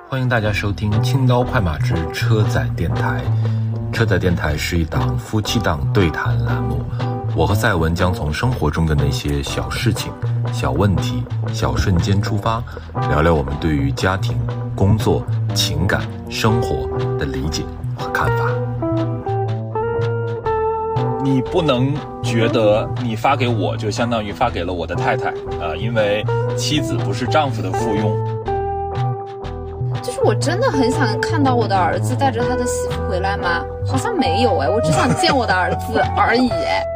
欢迎大家收听轻刀快马之车载电台。车载电台是一档夫妻档对谈栏目，我和赛文将从生活中的那些小事情、小问题、小瞬间出发，聊聊我们对于家庭、工作、情感、生活的理解和看法。 你不能觉得你发给我就相当于发给了我的太太因为妻子不是丈夫的附庸。 就是我真的很想看到我的儿子带着他的媳妇回来吗？好像没有我只想见我的儿子而已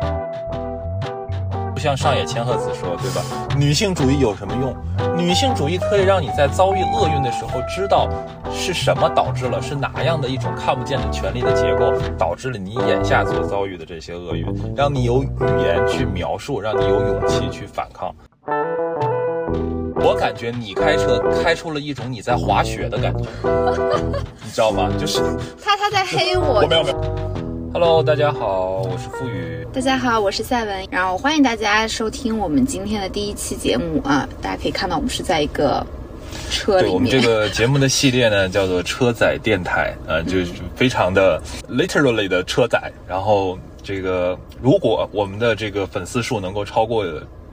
不像上野千鹤子说，对吧？女性主义有什么用？女性主义可以让你在遭遇厄运的时候知道是什么导致了，是哪样的一种看不见的权力的结构导致了你眼下所遭遇的这些厄运，让你有语言去描述，让你有勇气去反抗。我感觉你开车开出了一种你在滑雪的感觉你知道吗？就是他在黑我没有Hello， 大家好，我是付宇。 大家好，我是赛文。然后欢迎大家收听我们今天的第一期节目啊！大家可以看到我们是在一个车里面。 对，我们这个节目的系列呢叫做车载电台就是非常的 literally 的车载。然后这个如果我们的这个粉丝数能够超过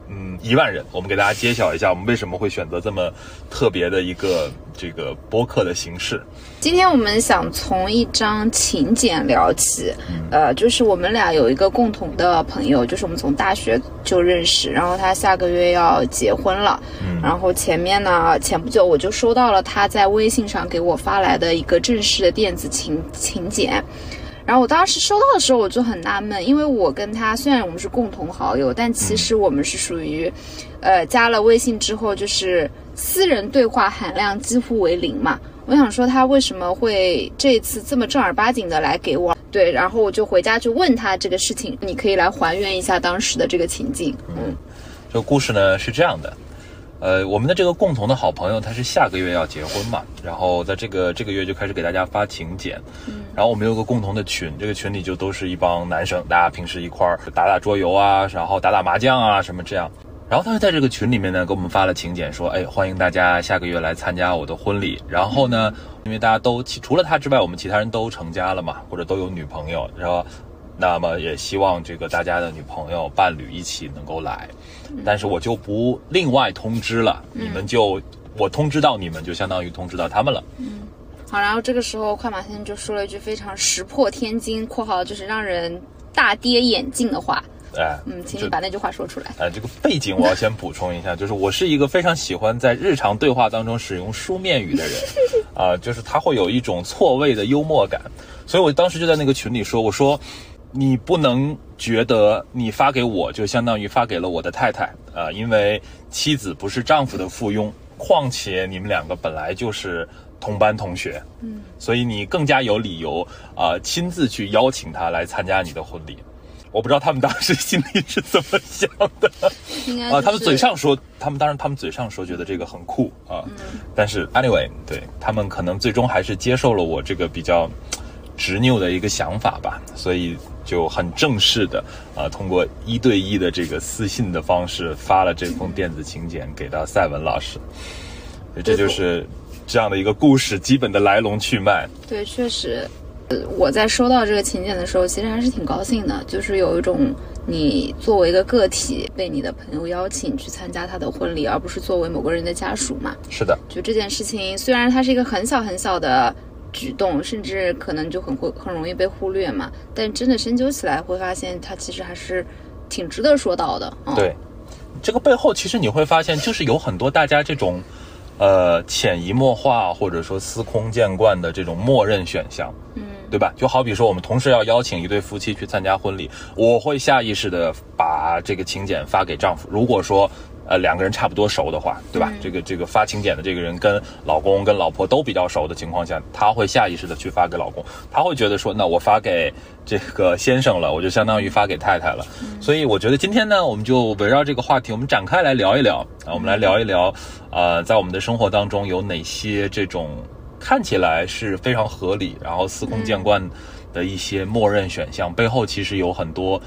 1万人，我们给大家揭晓一下我们为什么会选择这么特别的一个这个播客的形式。 今天我们想从一张请柬聊起，就是我们俩有一个共同的朋友，就是我们从大学就认识，然后他下个月要结婚了，然后前不久我就收到了他在微信上给我发来的一个正式的电子请柬。然后我当时收到的时候我就很纳闷，因为我跟他虽然我们是共同好友，但其实我们是属于加了微信之后就是私人对话含量几乎为零嘛。我想说他为什么会这次这么正儿八经的来给我，对，然后我就回家就问他这个事情，你可以来还原一下当时的这个情境。 这个故事呢是这样的，我们的这个共同的好朋友他是下个月要结婚嘛，然后在这个月就开始给大家发请柬，然后我们有个共同的群，这个群里就都是一帮男生，大家平时一块儿打打桌游啊，然后打打麻将啊什么这样。然后他就在这个群里面呢给我们发了请柬，说欢迎大家下个月来参加我的婚礼。然后呢因为大家都除了他之外我们其他人都成家了嘛，或者都有女朋友，然后那么也希望这个大家的女朋友伴侣一起能够来，但是我就不另外通知了，我通知到你们就相当于通知到他们了。 好，然后这个时候快马先生就说了一句非常石破天惊（括号就是让人大跌眼镜的话）。请你把那句话说出来。 这个背景我要先补充一下，就是我是一个非常喜欢在日常对话当中使用书面语的人就是他会有一种错位的幽默感，所以我当时就在那个群里说，我说你不能觉得你发给我就相当于发给了我的太太因为妻子不是丈夫的附庸，况且你们两个本来就是同班同学，所以你更加有理由亲自去邀请他来参加你的婚礼。我不知道他们当时心里是怎么想的他们嘴上说，他们嘴上说觉得这个很酷但是 anyway 对他们可能最终还是接受了我这个比较执拗的一个想法吧，所以就很正式的通过1对1的这个私信的方式发了这封电子请柬给到赛文老师。这就是这样的一个故事基本的来龙去脉。 对，确实我在收到这个请柬的时候其实还是挺高兴的，就是有一种你作为一个个体被你的朋友邀请去参加他的婚礼，而不是作为某个人的家属嘛。 是的， 就这件事情虽然它是一个很小很小的举动，甚至可能就很容易被忽略嘛，但真的深究起来会发现它其实还是挺值得说到的。 对，这个背后其实你会发现就是有很多大家这种潜移默化或者说司空见惯的这种默认选项，对吧？就好比说我们同时要邀请一对夫妻去参加婚礼，我会下意识的把这个请柬发给丈夫，如果说两个人差不多熟的话，对吧？这个发请柬的这个人跟老公跟老婆都比较熟的情况下，他会下意识的去发给老公，他会觉得说那我发给这个先生了，我就相当于发给太太了。所以我觉得今天呢我们就围绕这个话题我们展开来聊一聊我们来聊一聊在我们的生活当中有哪些这种看起来是非常合理然后司空见惯的一些默认选项背后其实有很多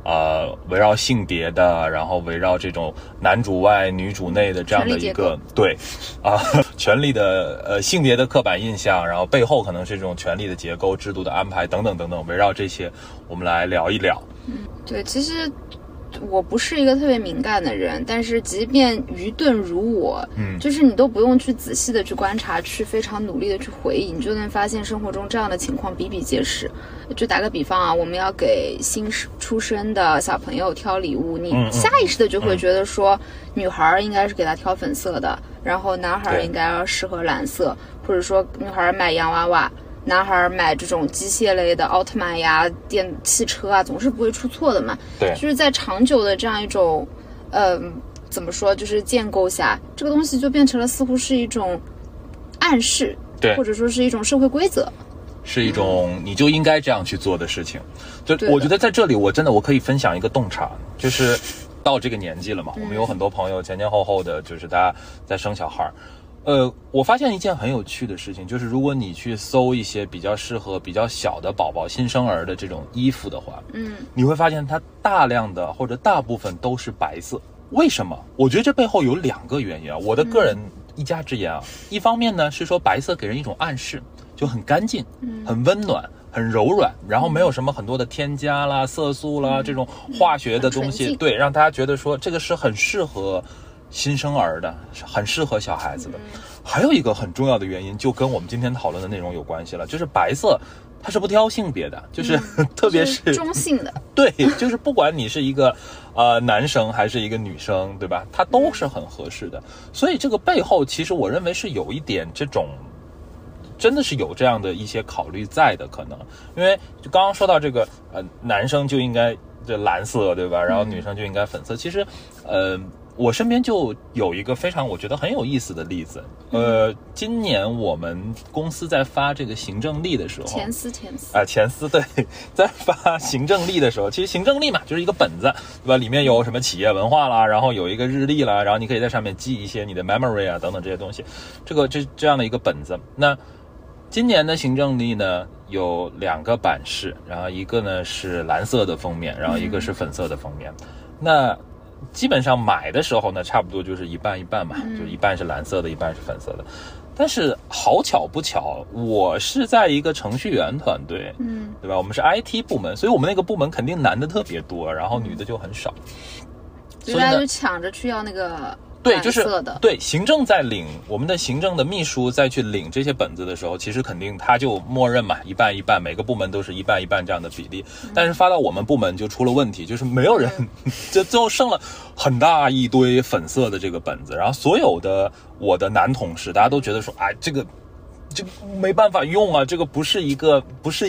围绕性别的，然后围绕这种男主外女主内的这样的一个对权力的性别的刻板印象，然后背后可能是这种权力的结构、制度的安排等等等等，围绕这些我们来聊一聊。 对，其实我不是一个特别敏感的人，但是即便愚钝如我，就是你都不用去仔细的去观察，去非常努力的去回忆，你就能发现生活中这样的情况比比皆是。就打个比方啊，我们要给新出生的小朋友挑礼物，你下意识的就会觉得说，女孩应该是给他挑粉色的，然后男孩应该要适合蓝色，或者说女孩买洋娃娃，男孩买这种机械类的奥特曼呀、汽车啊，总是不会出错的嘛。 对， 就是在长久的这样一种，怎么说，就是建构下，这个东西就变成了似乎是一种暗示， 对， 或者说是一种社会规则， 是一种你就应该这样去做的事情。就我觉得在这里，我可以分享一个洞察，就是到这个年纪了嘛，我们有很多朋友前前后后的，就是大家在生小孩。我发现一件很有趣的事情，就是如果你去搜一些比较适合比较小的宝宝、新生儿的这种衣服的话，你会发现它大量的或者大部分都是白色。为什么？我觉得这背后有2个原因啊。我的个人一家之言啊，一方面呢是说白色给人一种暗示，就很干净、很温暖、很柔软，然后没有什么很多的添加啦、色素啦这种化学的东西，对，让大家觉得说这个是很适合新生儿的，很适合小孩子的。还有一个很重要的原因，就跟我们今天讨论的内容有关系了，就是白色它是不挑性别的，就是特别是中性的， 对，就是不管你是一个男生还是一个女生，对吧？它都是很合适的。所以这个背后其实我认为是有一点这种，真的是有这样的一些考虑在的可能。因为就刚刚说到这个男生就应该这蓝色，对吧？然后女生就应该粉色。其实我身边就有一个非常我觉得很有意思的例子。今年我们公司在发这个行政历的时候， 前司对，在发行政历的时候，其实行政历嘛就是一个本子，对吧？里面有什么企业文化啦，然后有一个日历啦，然后你可以在上面记一些你的 memory 啊等等这些东西，这样的一个本子。那今年的行政历呢有2个版式，然后一个呢是蓝色的封面，然后一个是粉色的封面。那基本上买的时候呢，差不多就是一半一半嘛，就一半是蓝色的，一半是粉色的。但是好巧不巧，我是在一个程序员团队，对吧？我们是 IT 部门，所以我们那个部门肯定男的特别多，然后女的就很少， 所以大家就抢着去要那个。 对，就是对行政在领，我们的行政的秘书在去领这些本子的时候，其实肯定他就默认嘛，一半一半，每个部门都是一半一半这样的比例。但是发到我们部门就出了问题，就是没有人，就最后剩了很大一堆粉色的这个本子，然后所有的我的男同事，大家都觉得说，哎，这个没办法用啊，这个不是一个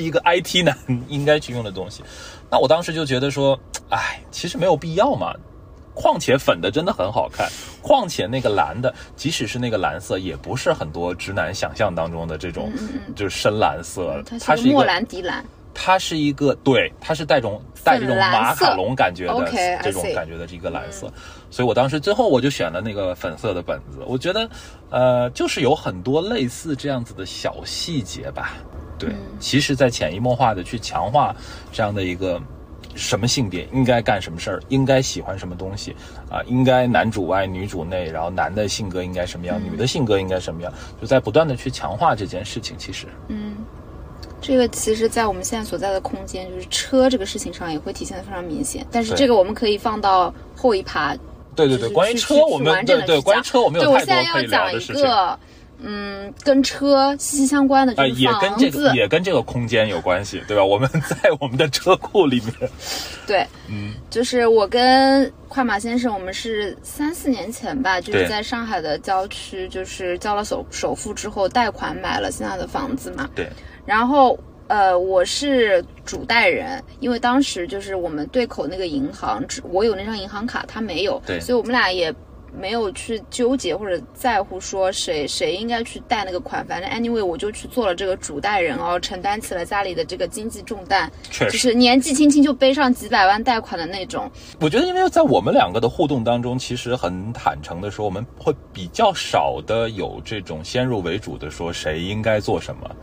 IT 男应该去用的东西。那我当时就觉得说，哎，其实没有必要嘛。况且粉的真的很好看，况且那个蓝的，即使是那个蓝色，也不是很多直男想象当中的这种，就是深蓝色， 它是一个莫兰迪蓝， 它是一个对，它是带这种马卡龙感觉的这种感觉的一个蓝色，所以我当时最后我就选了那个粉色的本子。我觉得就是有很多类似这样子的小细节吧，对，其实在潜移默化的去强化这样的一个。什么性别应该干什么事儿，应该喜欢什么东西啊？应该男主外女主内，然后男的性格应该什么样，女的性格应该什么样，就在不断的去强化这件事情。其实这个其实在我们现在所在的空间，就是车这个事情上也会体现得非常明显，但是这个我们可以放到后一趴。 对，关于车我们对关于车我们有太多可以聊的事情。 跟车息息相关的就是房子， 也跟这个空间有关系，对吧？我们在我们的车库里面， 对，就是我跟快马先生，我们是3-4年前吧，就是在上海的郊区，就是交了首付之后，贷款买了现在的房子嘛， 对， 然后我是主贷人，因为当时就是我们对口那个银行，我有那张银行卡，他没有， 对， 所以我们俩也没有去纠结或者在乎说谁应该去贷那个款，反正 anyway 我就去做了这个主贷人哦，承担起了家里的这个经济重担，就是年纪轻轻就背上几百万贷款的那种。 我觉得因为在我们2个的互动当中，其实很坦诚的说，我们会比较少的有这种先入为主的说谁应该做什么。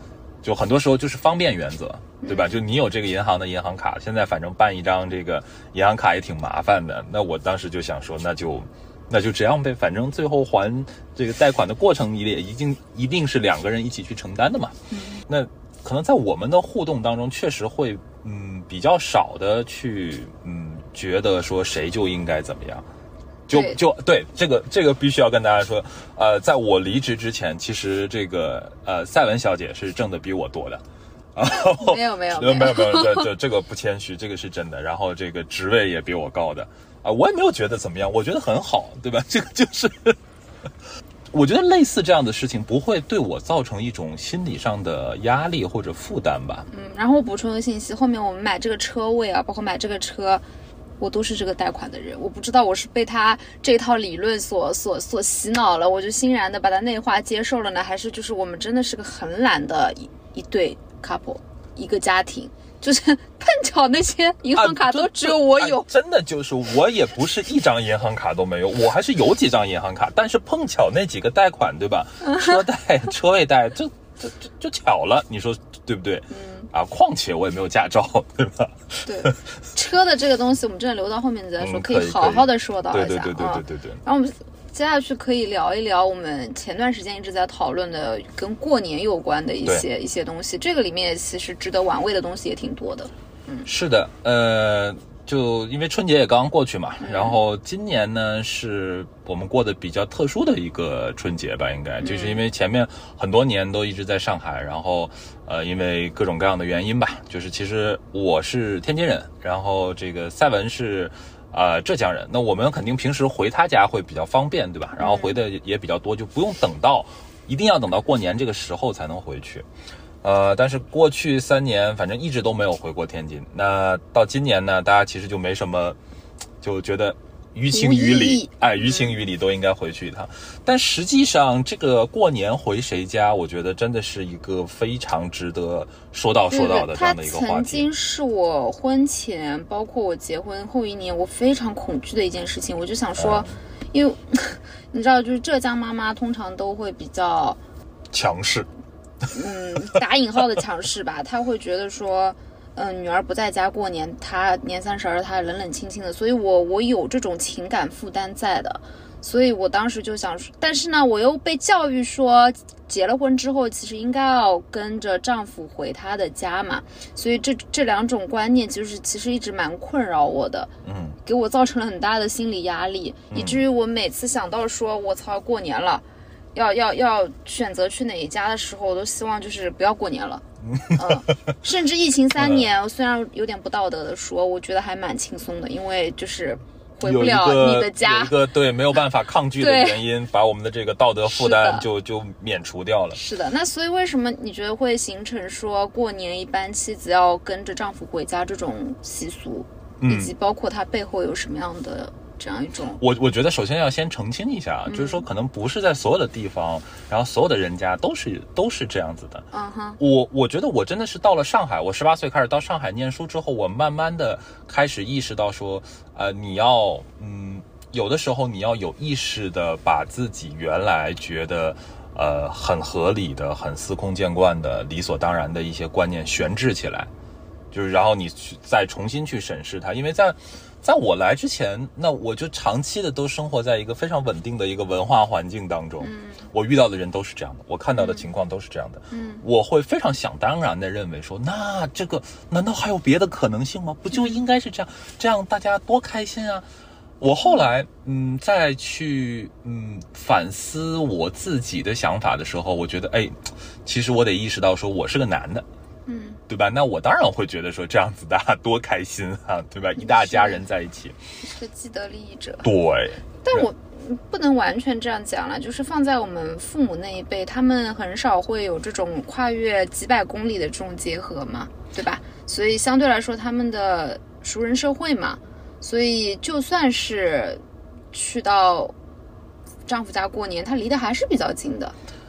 就很多时候就是方便原则，对吧？就你有这个银行的银行卡，现在反正办一张这个银行卡也挺麻烦的。那我当时就想说，那就这样呗，反正最后还这个贷款的过程也一定是两个人一起去承担的嘛。那可能在我们的互动当中，确实会比较少的去觉得说谁就应该怎么样。对这个必须要跟大家说，在我离职之前，其实这个赛文小姐是挣的比我多的， 没有， 这个不谦虚，这个是真的。然后这个职位也比我高的我也没有觉得怎么样，我觉得很好，对吧？这个就是我觉得类似这样的事情不会对我造成一种心理上的压力或者负担吧。 然后我补充一个信息，后面我们买这个车位包括买这个车，我都是这个贷款的人，我不知道我是被他这套理论所洗脑了，我就欣然的把它内化接受了呢，还是就是我们真的是个很懒的一对 couple 一个家庭，就是碰巧那些银行卡都只有我有， 真的就是我也不是一张银行卡都没有，我还是有几张银行卡，但是碰巧那几个贷款，对吧？车贷、车位贷，就巧了，你说对不对？况且我也没有驾照，对吧？ 对，车的这个东西我们真的留到后面再说，可以好好的说到一下。 对。 然后我们接下去可以聊一聊我们前段时间一直在讨论的跟过年有关的一些东西，这个里面其实值得玩味的东西也挺多的。 是的，就因为春节也刚刚过去嘛，然后今年呢是我们过得比较特殊的一个春节吧，应该就是因为前面很多年都一直在上海，然后因为各种各样的原因吧，就是其实我是天津人，然后这个赛文是浙江人，那我们肯定平时回他家会比较方便，对吧？然后回的也比较多，就不用一定要等到过年这个时候才能回去。但是过去3年反正一直都没有回过天津，那到今年呢，大家其实就没什么，就觉得于情于理，于情于理都应该回去一趟。但实际上这个过年回谁家，我觉得真的是一个非常值得说到的这样的一个话题。 它曾经是我婚前包括我结婚后1年我非常恐惧的一件事情，我就想说因为你知道就是浙江妈妈通常都会比较强势， 打引号的强势吧，他会觉得说女儿不在家过年，她年30她冷冷清清的，所以我有这种情感负担在的，所以我当时就想说，但是呢我又被教育说结了婚之后其实应该要跟着丈夫回他的家嘛，所以这两种观念其实一直蛮困扰我的，给我造成了很大的心理压力，以至于我每次想到说我操过年了要选择去哪一家的时候，我都希望就是不要过年了。甚至疫情3年，虽然有点不道德的说，我觉得还蛮轻松的，因为就是回不了你的家， 有一个对没有办法抗拒的原因，把我们的这个道德负担就免除掉了。 是的，那所以为什么你觉得会形成说过年一般妻子要跟着丈夫回家这种习俗，以及包括它背后有什么样的？这样一种， 我觉得首先要先澄清一下，就是说可能不是在所有的地方，然后所有的人家都是这样子的。我觉得我真的是到了上海，我18岁开始到上海念书之后，我慢慢的开始意识到说，你要有的时候你要有意识的把自己原来觉得很合理的、很司空见惯的、理所当然的一些观念悬置起来，就是然后你再重新去审视它，因为在我来之前，那我就长期的都生活在一个非常稳定的一个文化环境当中，我遇到的人都是这样的，我看到的情况都是这样的，我会非常想当然的认为说，那这个难道还有别的可能性吗？不就应该是这样大家多开心啊！我后来再去反思我自己的想法的时候，我觉得其实我得意识到说我是个男的。对吧？那我当然会觉得说这样子大家多开心啊，对吧？一大家人在一起， 是个既得利益者。 对， 但我不能完全这样讲了，就是放在我们父母那一辈，他们很少会有这种跨越几百公里的这种结合嘛，对吧？所以相对来说，他们的熟人社会嘛，所以就算是去到丈夫家过年，他离得还是比较近的，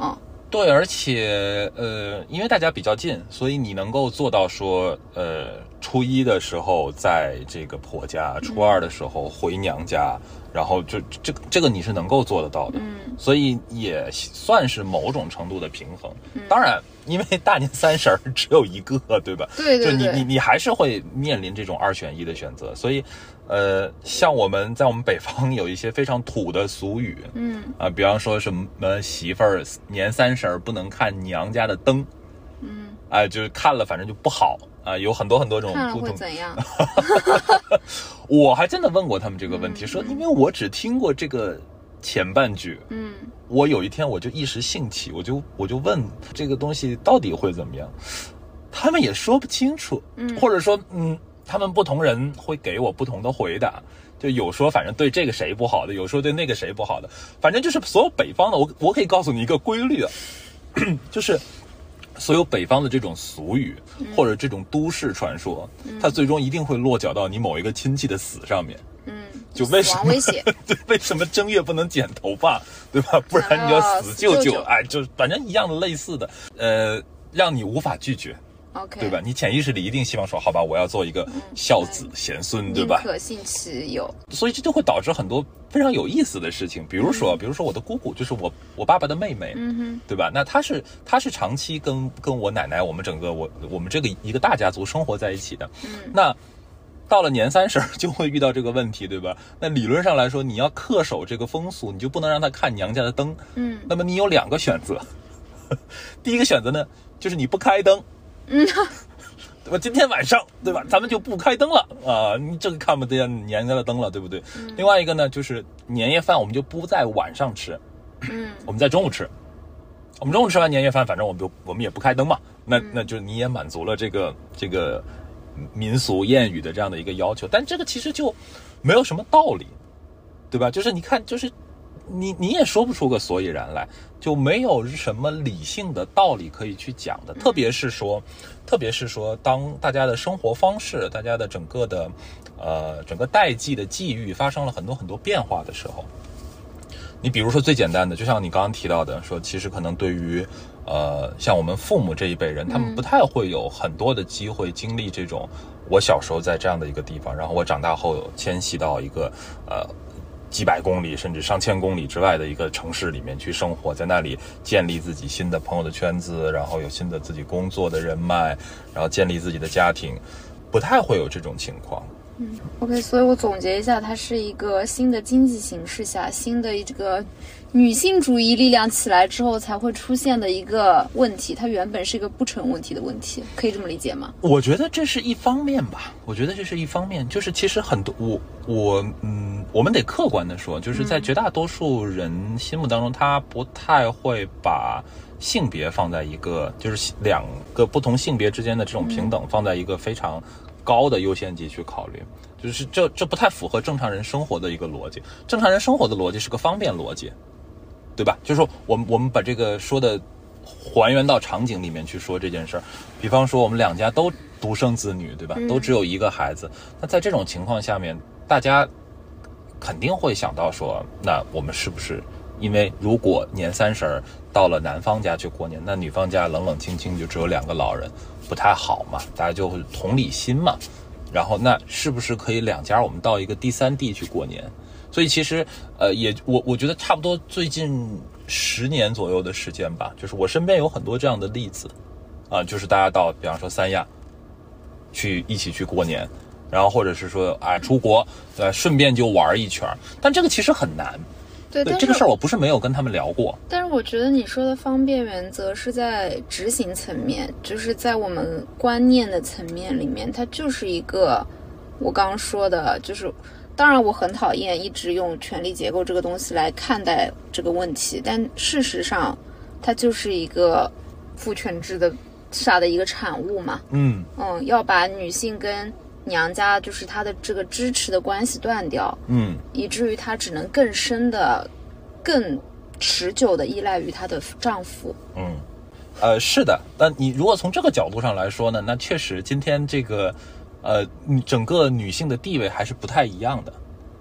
对，而且因为大家比较近，所以你能够做到说初一的时候在这个婆家，初二的时候回娘家，然后就这个你是能够做得到的，所以也算是某种程度的平衡。当然，因为大年三十只有一个，对吧？ 对对对， 就你还是会面临这种2选1的选择，所以像我们在我们北方有一些非常土的俗语，比方说什么媳妇儿年30不能看娘家的灯，就是看了反正就不好啊，有很多这种。 看了会怎样？ 我还真的问过他们这个问题，说因为我只听过这个前半句，我有一天我就一时兴起，我就问这个东西到底会怎么样，他们也说不清楚，或者说他们不同人会给我不同的回答，就有说反正对这个谁不好的，有说对那个谁不好的，反正就是所有北方的，我可以告诉你一个规律啊，就是所有北方的这种俗语或者这种都市传说，它最终一定会落脚到你某一个亲戚的死上面。就为什么对，为什么正月不能剪头发，对吧？不然你要死舅舅，就反正一样的类似的，让你无法拒绝。 OK， 对吧？你潜意识里一定希望说，好吧，我要做一个孝子贤孙，对吧？ 宁可信其有。 所以这就会导致很多非常有意思的事情，比如说我的姑姑，就是我爸爸的妹妹，对吧？那她是长期跟我奶奶，我们整个我们这个一个大家族生活在一起的，那到了年30就会遇到这个问题，对吧？那理论上来说，你要恪守这个风俗，你就不能让她看娘家的灯，那么你有2个选择，第一个选择呢，就是你不开灯。对吧？今天晚上，对吧？咱们就不开灯了啊！你这个看不见年家的灯了，对不对？另外一个呢，就是年夜饭我们就不在晚上吃，我们在中午吃。我们中午吃完年夜饭，反正我们也不开灯嘛，那就你也满足了这个民俗谚语的这样的一个要求，但这个其实就没有什么道理，对吧？就是你看，就是你也说不出个所以然来，就没有什么理性的道理可以去讲的。特别是说，当大家的生活方式、大家的整个代际的际遇发生了很多变化的时候，你比如说最简单的，就像你刚刚提到的，说其实可能对于像我们父母这一辈人，他们不太会有很多的机会经历这种我小时候在这样的一个地方，然后我长大后迁徙到一个几百公里甚至上千公里之外的一个城市里面去生活，在那里建立自己新的朋友的圈子，然后有新的自己工作的人脉，然后建立自己的家庭，不太会有这种情况。 OK， 所以我总结一下，它是一个新的经济形势下，新的这个女性主义力量起来之后才会出现的一个问题，它原本是一个不成问题的问题，可以这么理解吗？ 我觉得这是一方面吧，就是其实很多我们得客观的说，就是在绝大多数人心目当中，他不太会把性别放在一个，就是2个不同性别之间的这种平等放在一个非常高的优先级去考虑，就是这不太符合正常人生活的一个逻辑。正常人生活的逻辑是个方便逻辑，对吧？就是说我们把这个说的还原到场景里面去说这件事儿，比方说我们2家都独生子女，对吧？都只有1个孩子，那在这种情况下面，大家肯定会想到说，那我们是不是因为如果年30到了男方家去过年，那女方家冷冷清清就只有2个老人，不太好嘛，大家就会同理心嘛，然后那是不是可以2家我们到一个第3地去过年？所以其实我觉得差不多最近10年左右的时间吧，就是我身边有很多这样的例子就是大家到比方说三亚去一起去过年，然后或者是说出国顺便就玩一圈，但这个其实很难。 对， 这个事儿我不是没有跟他们聊过， 但是我觉得你说的方便原则是在执行层面，就是在我们观念的层面里面，它就是一个我刚刚说的，就是当然我很讨厌一直用权力结构这个东西来看待这个问题，但事实上它就是一个父权制的下的一个产物嘛。要把女性跟娘家就是她的这个支持的关系断掉，以至于她只能更深的、更持久的依赖于她的丈夫。 是的。但你如果从这个角度上来说呢，那确实今天这个整个女性的地位还是不太一样的。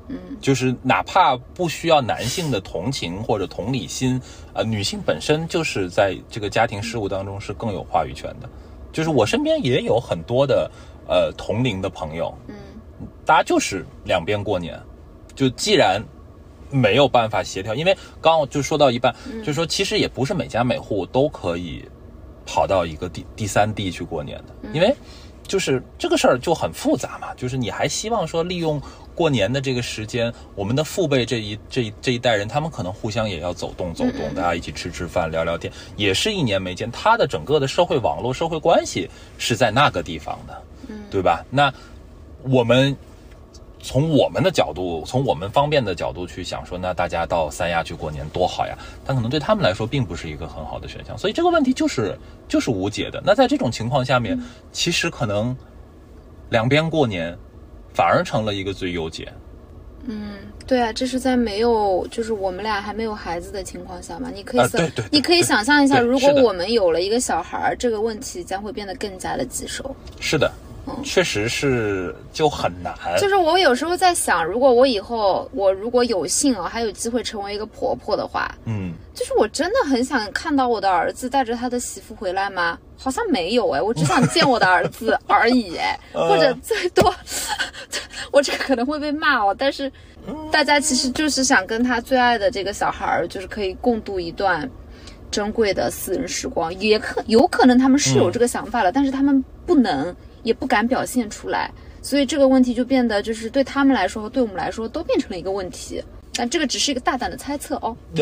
就是哪怕不需要男性的同情或者同理心，女性本身就是在这个家庭事务当中是更有话语权的。就是我身边也有很多的同龄的朋友，大家就是两边过年，就既然没有办法协调，因为刚刚就说到一半，就是说其实也不是每家每户都可以跑到一个第三地去过年的，因为就是这个事儿就很复杂嘛，就是你还希望说利用过年的这个时间，我们的父辈这一代人，他们可能互相也要走动，大家一起吃饭聊聊天，也是一年没见，他的整个的社会网络社会关系是在那个地方的，对吧？那我们从我们的角度，从我们方便的角度去想说，那大家到三亚去过年多好呀，但可能对他们来说并不是一个很好的选项，所以这个问题就是无解的。那在这种情况下面，其实可能两边过年反而成了一个最优解。 对啊，这是在没有就是我们俩还没有孩子的情况下嘛，你可以对你可以想象一下，如果是的我们有了一个小孩，这个问题将会变得更加的棘手。 是的，确实是就很难。 就是我有时候在想，如果我以后如果有幸还有机会成为一个婆婆的话，就是我真的很想看到我的儿子带着他的媳妇回来吗？好像没有我只想见我的儿子而已或者最多我这个可能会被骂但是大家其实就是想跟他最爱的这个小孩就是可以共度一段珍贵的私人时光，有可能他们是有这个想法了，但是他们不能也不敢表现出来，所以这个问题就变得就是对他们来说和对我们来说都变成了一个问题，但这个只是一个大胆的猜测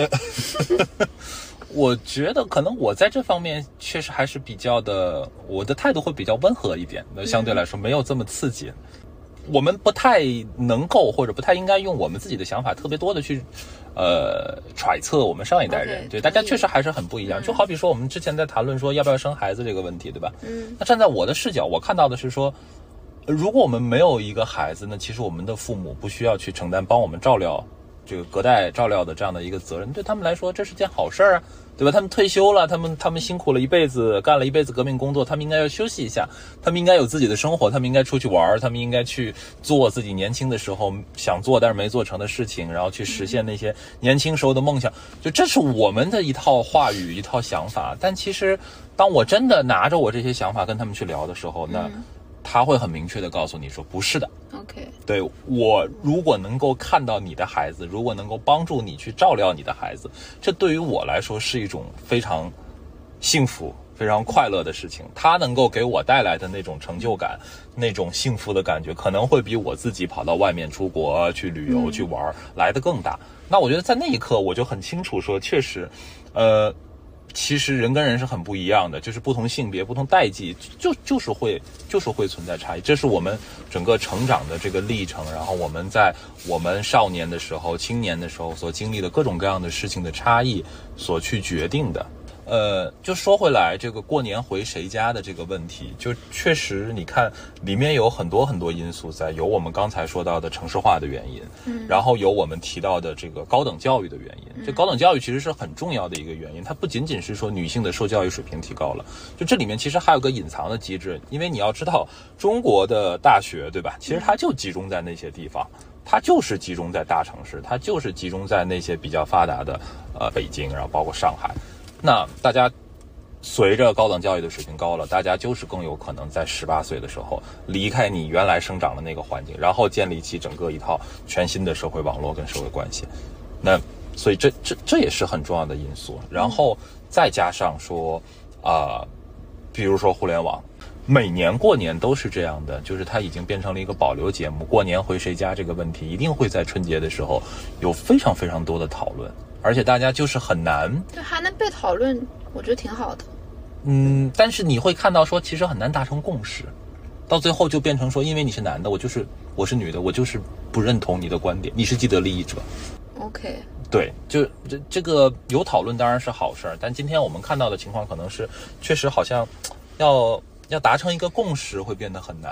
我觉得可能我在这方面确实还是比较的，我的态度会比较温和一点，相对来说没有这么刺激。我们不太能够或者不太应该用我们自己的想法特别多的去揣测我们上一代人，对，大家确实还是很不一样。就好比说我们之前在谈论说要不要生孩子这个问题，对吧？那站在我的视角，我看到的是说，如果我们没有一个孩子呢，其实我们的父母不需要去承担帮我们照料这个隔代照料的这样的一个责任，对他们来说这是件好事啊，对吧？他们退休了，他们辛苦了一辈子，干了一辈子革命工作，他们应该要休息一下，他们应该有自己的生活，他们应该出去玩，他们应该去做自己年轻的时候想做但是没做成的事情，然后去实现那些年轻时候的梦想。就这是我们的一套话语，一套想法。但其实当我真的拿着我这些想法跟他们去聊的时候，那他会很明确的告诉你说不是的。 OK， 对，我如果能够看到你的孩子，如果能够帮助你去照料你的孩子，这对于我来说是一种非常幸福非常快乐的事情，他能够给我带来的那种成就感，那种幸福的感觉，可能会比我自己跑到外面出国去旅游去玩来得更大。那我觉得在那一刻我就很清楚说，确实其实人跟人是很不一样的，就是不同性别不同代际就是会存在差异，这是我们整个成长的这个历程，然后我们在我们少年的时候青年的时候所经历的各种各样的事情的差异所去决定的。就说回来，这个过年回谁家的这个问题，就确实你看里面有很多很多因素在，有我们刚才说到的城市化的原因，然后有我们提到的这个高等教育的原因。这高等教育其实是很重要的一个原因，它不仅仅是说女性的受教育水平提高了，就这里面其实还有个隐藏的机制，因为你要知道中国的大学，对吧？其实它就集中在那些地方。它就是集中在大城市，它就是集中在那些比较发达的北京，然后包括上海。那大家随着高等教育的水平高了，大家就是更有可能在18岁的时候离开你原来生长的那个环境，然后建立起整个一套全新的社会网络跟社会关系。那所以这也是很重要的因素。然后再加上说比如说互联网，每年过年都是这样的，就是它已经变成了一个保留节目。过年回谁家这个问题一定会在春节的时候有非常非常多的讨论，而且大家就是很难， 对，还能被讨论，我觉得挺好的。 但是你会看到说其实很难达成共识，到最后就变成说，因为你是男的，我是女的，我就是不认同你的观点，你是既得利益者。 OK， 对，就这个有讨论当然是好事，但今天我们看到的情况可能是确实好像要达成一个共识会变得很难。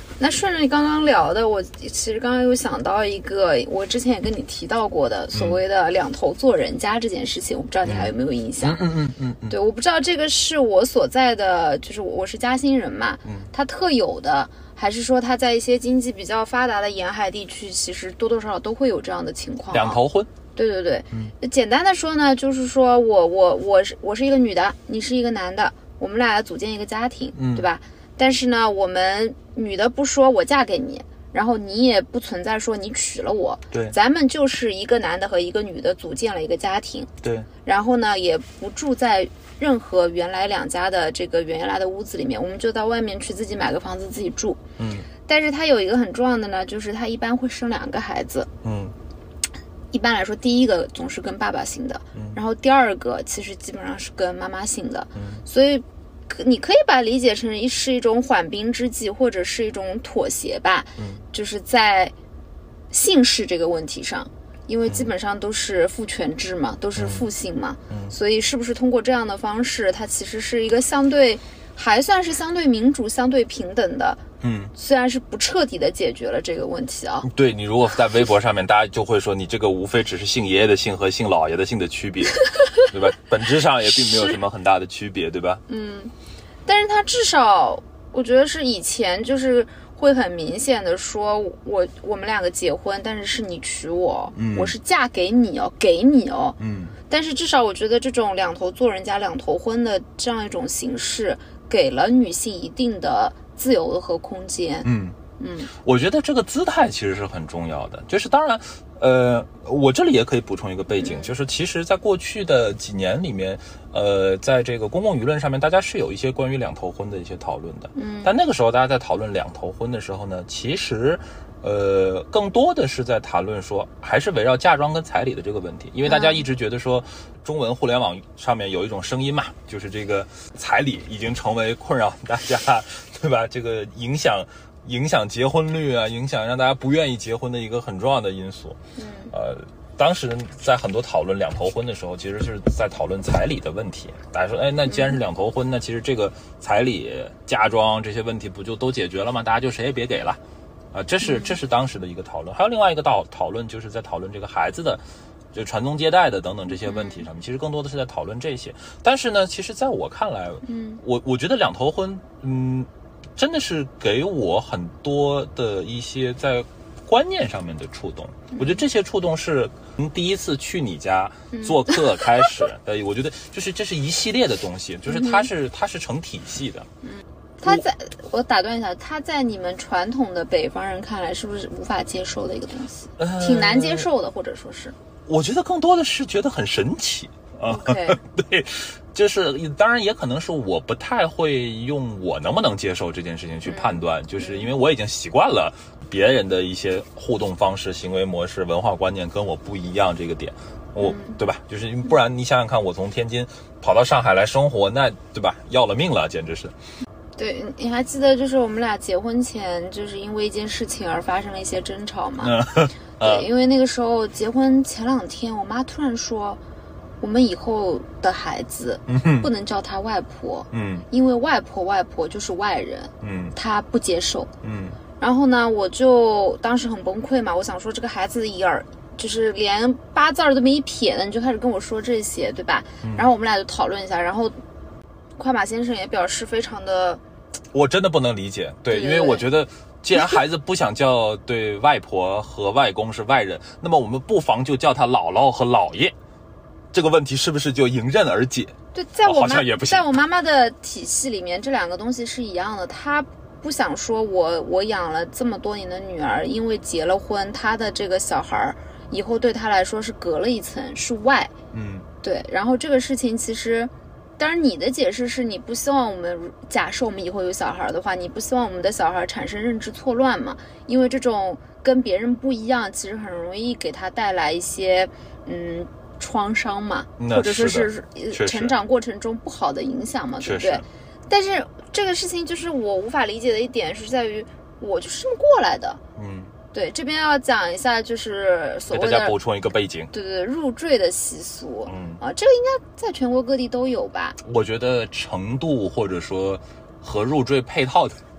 那顺着你刚刚聊的，我其实刚刚又想到一个，我之前也跟你提到过的所谓的两头做人家这件事情，我不知道你还有没有印象？对，我不知道这个是我所在的，就是我是嘉兴人嘛，它特有的，还是说它在一些经济比较发达的沿海地区，其实多多少少都会有这样的情况。 两头婚。 对对对，简单的说呢，就是说我是一个女的，你是一个男的，我们俩组建一个家庭，对吧？但是呢，我们女的不说我嫁给你，然后你也不存在说你娶了我， 对， 咱们就是一个男的和一个女的组建了一个家庭， 对， 然后呢，也不住在任何原来两家的这个原来的屋子里面，我们就到外面去自己买个房子自己住，但是他有一个很重要的呢，就是他一般会生2个孩子，一般来说，第一个总是跟爸爸姓的，然后第2个其实基本上是跟妈妈姓的，所以你可以把它理解成是一种缓兵之计，或者是一种妥协吧，就是在姓氏这个问题上，因为基本上都是父权制嘛，都是父姓嘛，所以是不是通过这样的方式，它其实是一个还算是相对民主、相对平等的。虽然是不彻底的解决了这个问题啊。 对，你如果在微博上面，大家就会说你这个无非只是姓爷爷的姓和姓姥爷的姓的区别，对吧？本质上也并没有什么很大的区别，对吧？ 但是他至少我觉得是以前就是会很明显的说我们2个结婚，但是你娶我，我是嫁给你哦，给你哦。但是至少我觉得这种两头做人家两头婚的这样一种形式，给了女性一定的自由和空间。 我觉得这个姿态其实是很重要的。就是当然，我这里也可以补充一个背景，就是其实在过去的几年里面，在这个公共舆论上面，大家是有一些关于两头婚的一些讨论的。但那个时候大家在讨论两头婚的时候呢，其实更多的是在谈论说，还是围绕嫁妆跟彩礼的这个问题，因为大家一直觉得说，中文互联网上面有一种声音嘛，就是这个彩礼已经成为困扰大家，对吧？这个影响结婚率啊，影响让大家不愿意结婚的一个很重要的因素。当时在很多讨论两头婚的时候，其实是在讨论彩礼的问题。大家说，哎，那既然是两头婚，那其实这个彩礼、嫁妆这些问题不就都解决了吗？大家就谁也别给了。这是当时的一个讨论。还有另外一个讨论，就是在讨论这个孩子的就传宗接代的等等这些问题上面，其实更多的是在讨论这些。但是呢，其实在我看来，我觉得两头婚，真的是给我很多的一些在观念上面的触动。我觉得这些触动是从第一次去你家做客开始，我觉得就是这是一系列的东西，就是它是成体系的。 我打断一下，他在你们传统的北方人看来，是不是无法接受的一个东西？挺难接受的，或者说是？我觉得更多的是觉得很神奇啊。 Okay. 对，就是当然也可能是我不太会用我能不能接受这件事情去判断，就是因为我已经习惯了别人的一些互动方式、行为模式、文化观念跟我不一样这个点。对吧？就是不然你想想看，我从天津跑到上海来生活，那对吧？要了命了，简直是。 对，你还记得就是我们俩结婚前就是因为一件事情而发生了一些争吵吗？对，因为那个时候结婚前2天，我妈突然说，我们以后的孩子不能叫她外婆，因为外婆就是外人，她不接受，然后呢，我就当时很崩溃嘛，我想说这个孩子就是连8字都没撇呢，你就开始跟我说这些，对吧？然后我们俩就讨论一下，然后快马先生也表示非常的， 我真的不能理解，对，因为我觉得既然孩子不想叫对外婆和外公是外人，那么我们不妨就叫他姥姥和姥爷，这个问题是不是就迎刃而解？ 对，在我妈妈的体系里面，这2个东西是一样的，她不想说我养了这么多年的女儿，因为结了婚，她的这个小孩以后对她来说是隔了一层，是外，对。然后这个事情其实，当然你的解释是你不希望我们，假设我们以后有小孩的话，你不希望我们的小孩产生认知错乱嘛？因为这种跟别人不一样，其实很容易给他带来一些创伤嘛，或者说是成长过程中不好的影响嘛，对不对？但是这个事情就是我无法理解的一点是在于，我就是这么过来的。对，这边要讲一下，就是所谓的给大家补充一个背景， 对，入赘的习俗，这个应该在全国各地都有吧？ 我觉得程度或者说和入赘配套的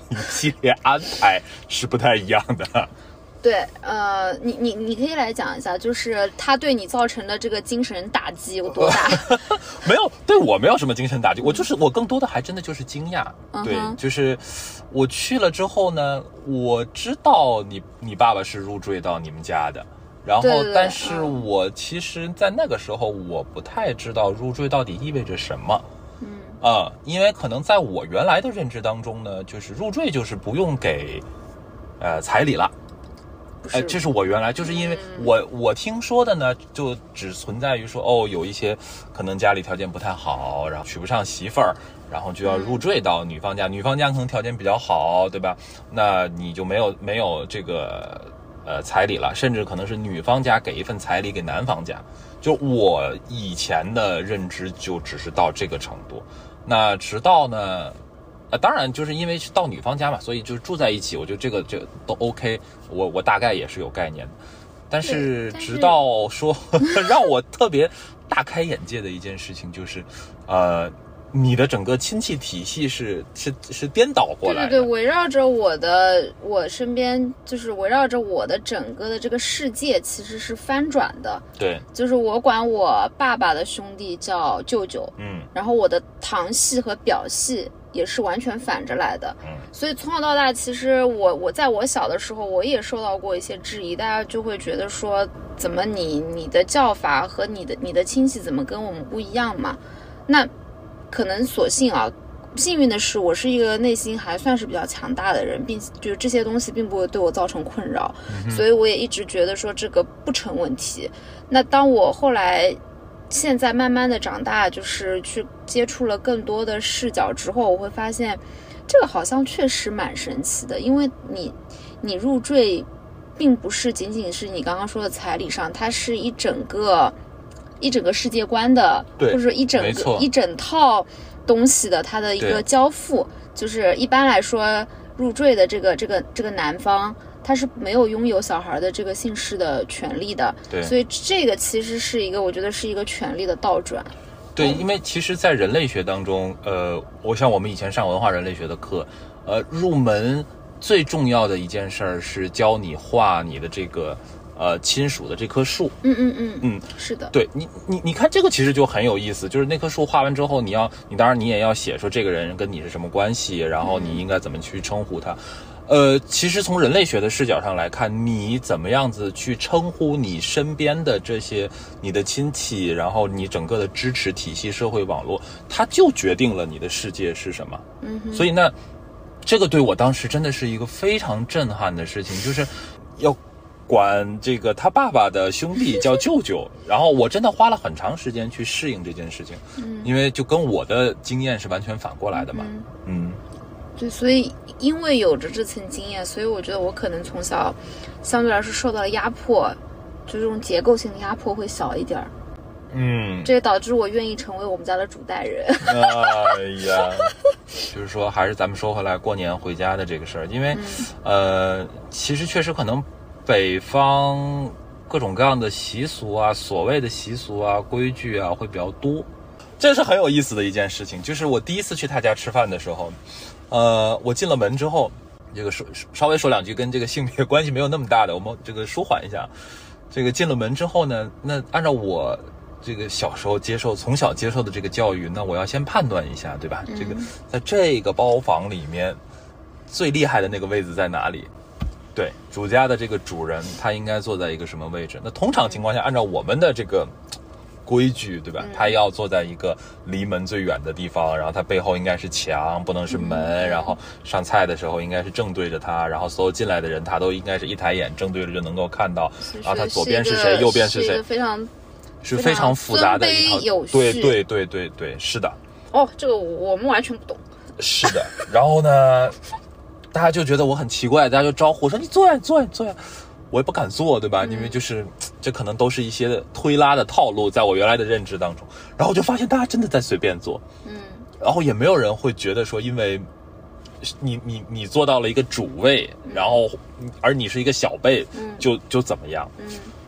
一系列安排是不太一样的。 对，你可以来讲一下，就是他对你造成的这个精神打击有多大？ 没有，对我没有什么精神打击，我更多的还真的就是惊讶。对，就是我去了之后呢，我知道你爸爸是入赘到你们家的，然后对， 但是我其实在那个时候我不太知道入赘到底意味着什么。因为可能在我原来的认知当中呢，就是入赘就是不用给彩礼了。这是我原来就是因为我听说的呢，就只存在于说有一些可能家里条件不太好，然后娶不上媳妇儿，然后就要入赘到女方家，女方家可能条件比较好，对吧？那你就没有这个彩礼了，甚至可能是女方家给一份彩礼给男方家。就我以前的认知就只是到这个程度，那直到呢。当然就是因为是到女方家嘛，所以就住在一起，我觉得这都 OK， 我大概也是有概念的。但是直到说让我特别大开眼界的一件事情就是，你的整个亲戚体系是颠倒过来的。 对，围绕着我身边，就是围绕着我的整个的这个世界，其实是翻转的。 对， 就是我管我爸爸的兄弟叫舅舅，然后我的堂系和表系也是完全反着来的。所以从小到大，其实我在我小的时候，我也受到过一些质疑，大家就会觉得说，怎么你的叫法和你的亲戚怎么跟我们不一样嘛？那可能幸运的是，我是一个内心还算是比较强大的人，并就是这些东西并不会对我造成困扰，所以我也一直觉得说这个不成问题。那当我后来现在慢慢的长大，就是去接触了更多的视角之后，我会发现这个好像确实蛮神奇的，因为你入赘并不是仅仅是你刚刚说的彩礼上，它是一整个世界观的，或者说一整套东西的它的一个交付。就是一般来说入赘的这个男方他是没有拥有小孩的这个姓氏的权利的。 对， 所以这个其实是我觉得是一个权利的倒转。 对，因为其实在人类学当中，我像我们以前上文化人类学的课，入门最重要的一件事儿是教你画你的这个亲属的这棵树。 是的。 对，你看这个其实就很有意思，就是那棵树画完之后，你当然你也要写说这个人跟你是什么关系，然后你应该怎么去称呼他。其实从人类学的视角上来看，你怎么样子去称呼你身边的这些你的亲戚，然后你整个的支持体系、社会网络，它就决定了你的世界是什么。所以呢，这个对我当时真的是一个非常震撼的事情，就是要管这个他爸爸的兄弟叫舅舅，然后我真的花了很长时间去适应这件事情，因为就跟我的经验是完全反过来的嘛。 对，所以因为有着这层经验，所以我觉得我可能从小相对来说受到了压迫，就这种结构性的压迫会小一点。这也导致我愿意成为我们家的主带人。 哎呀，就是说还是咱们说回来过年回家的这个事儿，因为其实确实可能北方各种各样的习俗啊，所谓的习俗啊、规矩啊会比较多。这是很有意思的一件事情，就是我第一次去他家吃饭的时候，我进了门之后，这个稍微说两句跟这个性别关系没有那么大的，我们这个舒缓一下。这个进了门之后呢，那按照我这个小时候从小接受的这个教育，那我要先判断一下，对吧？这个在这个包房里面最厉害的那个位置在哪里？对，主家的这个主人他应该坐在一个什么位置？那通常情况下，按照我们的这个规矩，对吧？他要坐在一个离门最远的地方，然后他背后应该是墙，不能是门，然后上菜的时候应该是正对着他，然后所有进来的人他都应该是一抬眼正对着就能够看到，然后他左边是谁，右边是谁，是非常复杂的一套。对，是的。 这个我们完全不懂。 是的，然后呢，大家就觉得我很奇怪，大家就招呼说你坐呀。我也不敢做，对吧？因为就是这可能都是一些推拉的套路，在我原来的认知当中。然后我就发现大家真的在随便做，然后也没有人会觉得说，因为你做到了一个主位，然后而你是一个小辈，就怎么样？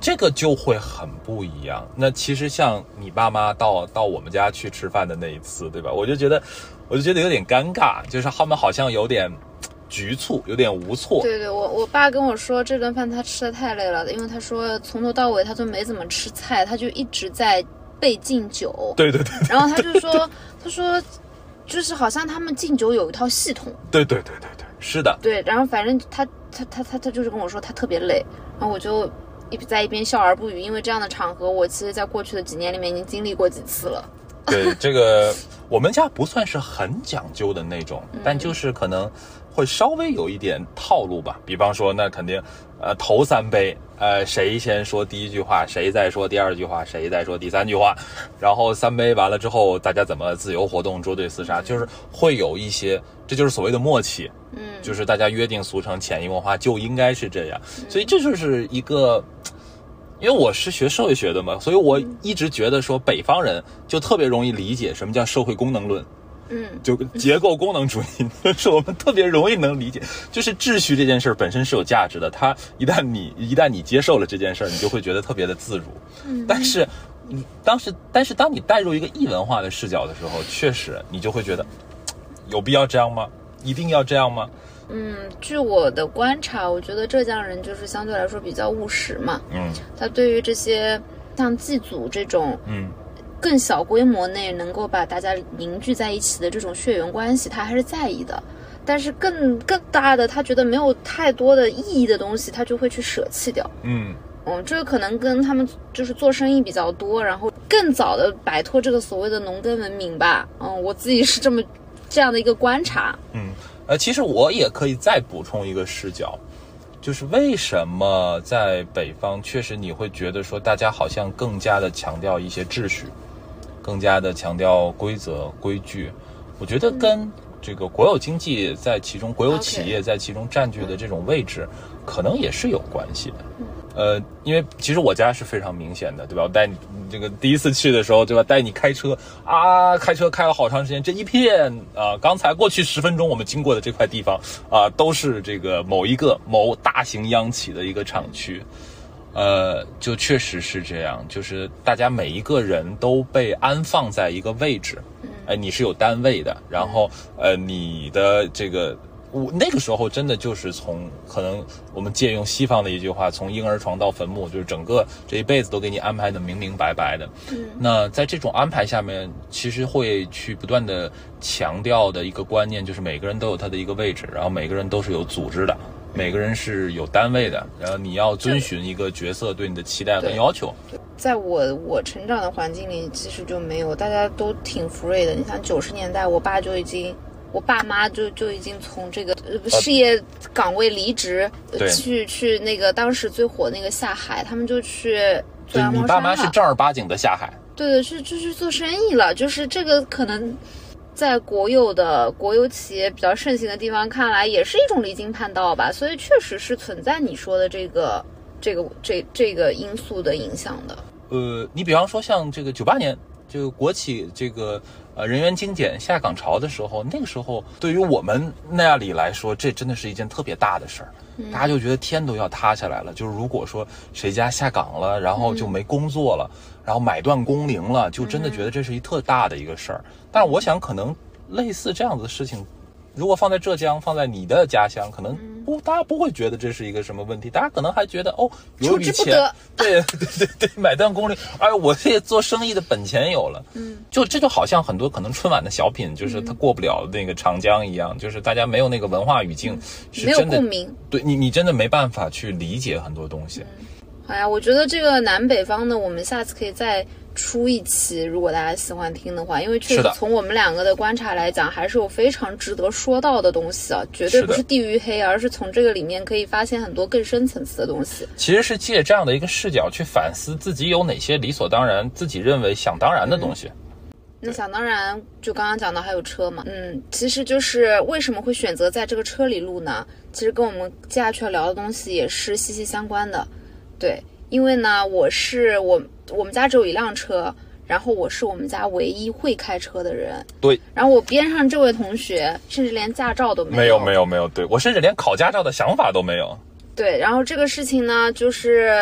这个就会很不一样。那其实像你爸妈到我们家去吃饭的那一次，对吧？我就觉得有点尴尬，就是他们好像有点局促，有点无措。 对，我爸跟我说这顿饭他吃的太累了，因为他说从头到尾他都没怎么吃菜，他就一直在备敬酒。 对。 然后他就说，他说就是好像他们敬酒有一套系统。 对，是的。 对，然后反正他就是跟我说他特别累，然后我就在一边笑而不语，因为这样的场合我其实在过去的几年里面已经经历过几次了。 对，这个我们家不算是很讲究的那种，但就是可能会稍微有一点套路吧。比方说，那肯定头3杯，谁先说第一句话，谁再说第2句话，谁再说第3句话，然后3杯完了之后，大家怎么自由活动，捉对厮杀，就是会有一些，这就是所谓的默契。就是大家约定俗成，潜移默化就应该是这样。所以这就是一个。因为我是学社会学的嘛，所以我一直觉得说北方人就特别容易理解什么叫社会功能论，就结构功能主义，是我们特别容易能理解，就是秩序这件事本身是有价值的，它一旦你接受了这件事，你就会觉得特别的自如。但是当你带入一个异文化的视角的时候，确实你就会觉得有必要这样吗？一定要这样吗？ 据我的观察，我觉得浙江人就是相对来说比较务实嘛。他对于这些像祭祖这种，更小规模内能够把大家凝聚在一起的这种血缘关系，他还是在意的。但是更大的，他觉得没有太多的意义的东西，他就会去舍弃掉。这个可能跟他们就是做生意比较多，然后更早的摆脱这个所谓的农耕文明吧。我自己是这样的一个观察。 其实我也可以再补充一个视角，就是为什么在北方确实你会觉得说大家好像更加的强调一些秩序，更加的强调规则规矩。我觉得跟这个国有经济在其中，国有企业在其中占据的这种位置可能也是有关系的。因为其实我家是非常明显的，对吧？我带你这个第一次去的时候，对吧？带你开车开车开了好长时间，这一片刚才过去10分钟我们经过的这块地方都是这个某大型央企的一个厂区。就确实是这样，就是大家每一个人都被安放在一个位置，你是有单位的，然后你的这个。那个时候真的就是可能我们借用西方的一句话，从婴儿床到坟墓，就是整个这一辈子都给你安排的明明白白的。那在这种安排下面，其实会去不断的强调的一个观念，就是每个人都有他的一个位置，然后每个人都是有组织的，每个人是有单位的，然后你要遵循一个角色对你的期待和要求。 在我成长的环境里，其实就没有，大家都挺 free 的。你像90年代，我爸妈就已经从这个事业岗位离职，去那个当时最火那个下海，他们就去做羊毛衫了。你爸妈是正儿八经的下海？ 对，就去做生意了。就是这个可能在国有企业比较盛行的地方看来，也是一种离经叛道吧。所以确实是存在你说的这个因素的影响的。 你比方说像这个98年。就国企这个人员精简下岗潮的时候，那个时候对于我们那里来说，这真的是一件特别大的事儿。大家就觉得天都要塌下来了。就是如果说谁家下岗了，然后就没工作了，然后买断工龄了，就真的觉得这是一特大的一个事儿。但是我想可能类似这样子的事情，如果放在浙江，放在你的家乡，可能大家不会觉得这是一个什么问题，大家可能还觉得有一笔钱，对，买断工龄，我这做生意的本钱有了，这就好像很多可能春晚的小品，就是它过不了那个长江一样，就是大家没有那个文化语境，是真的没有共鸣， 对你真的没办法去理解很多东西。 好呀，我觉得这个南北方呢，我们下次可以再出一期，如果大家喜欢听的话，因为确实从我们两个的观察来讲，还是有非常值得说到的东西啊，绝对不是地域黑，而是从这个里面可以发现很多更深层次的东西。 其实是借这样的一个视角去反思自己有哪些理所当然、自己认为想当然的东西。 那想当然，就刚刚讲到还有车嘛，其实就是为什么会选择在这个车里录呢？其实跟我们接下去要聊的东西也是息息相关的。对，因为呢，我们家只有一辆车，然后我是我们家唯一会开车的人。 对。 然后我边上这位同学甚至连驾照都没有。 没有，对，我甚至连考驾照的想法都没有。 对，然后这个事情呢，就是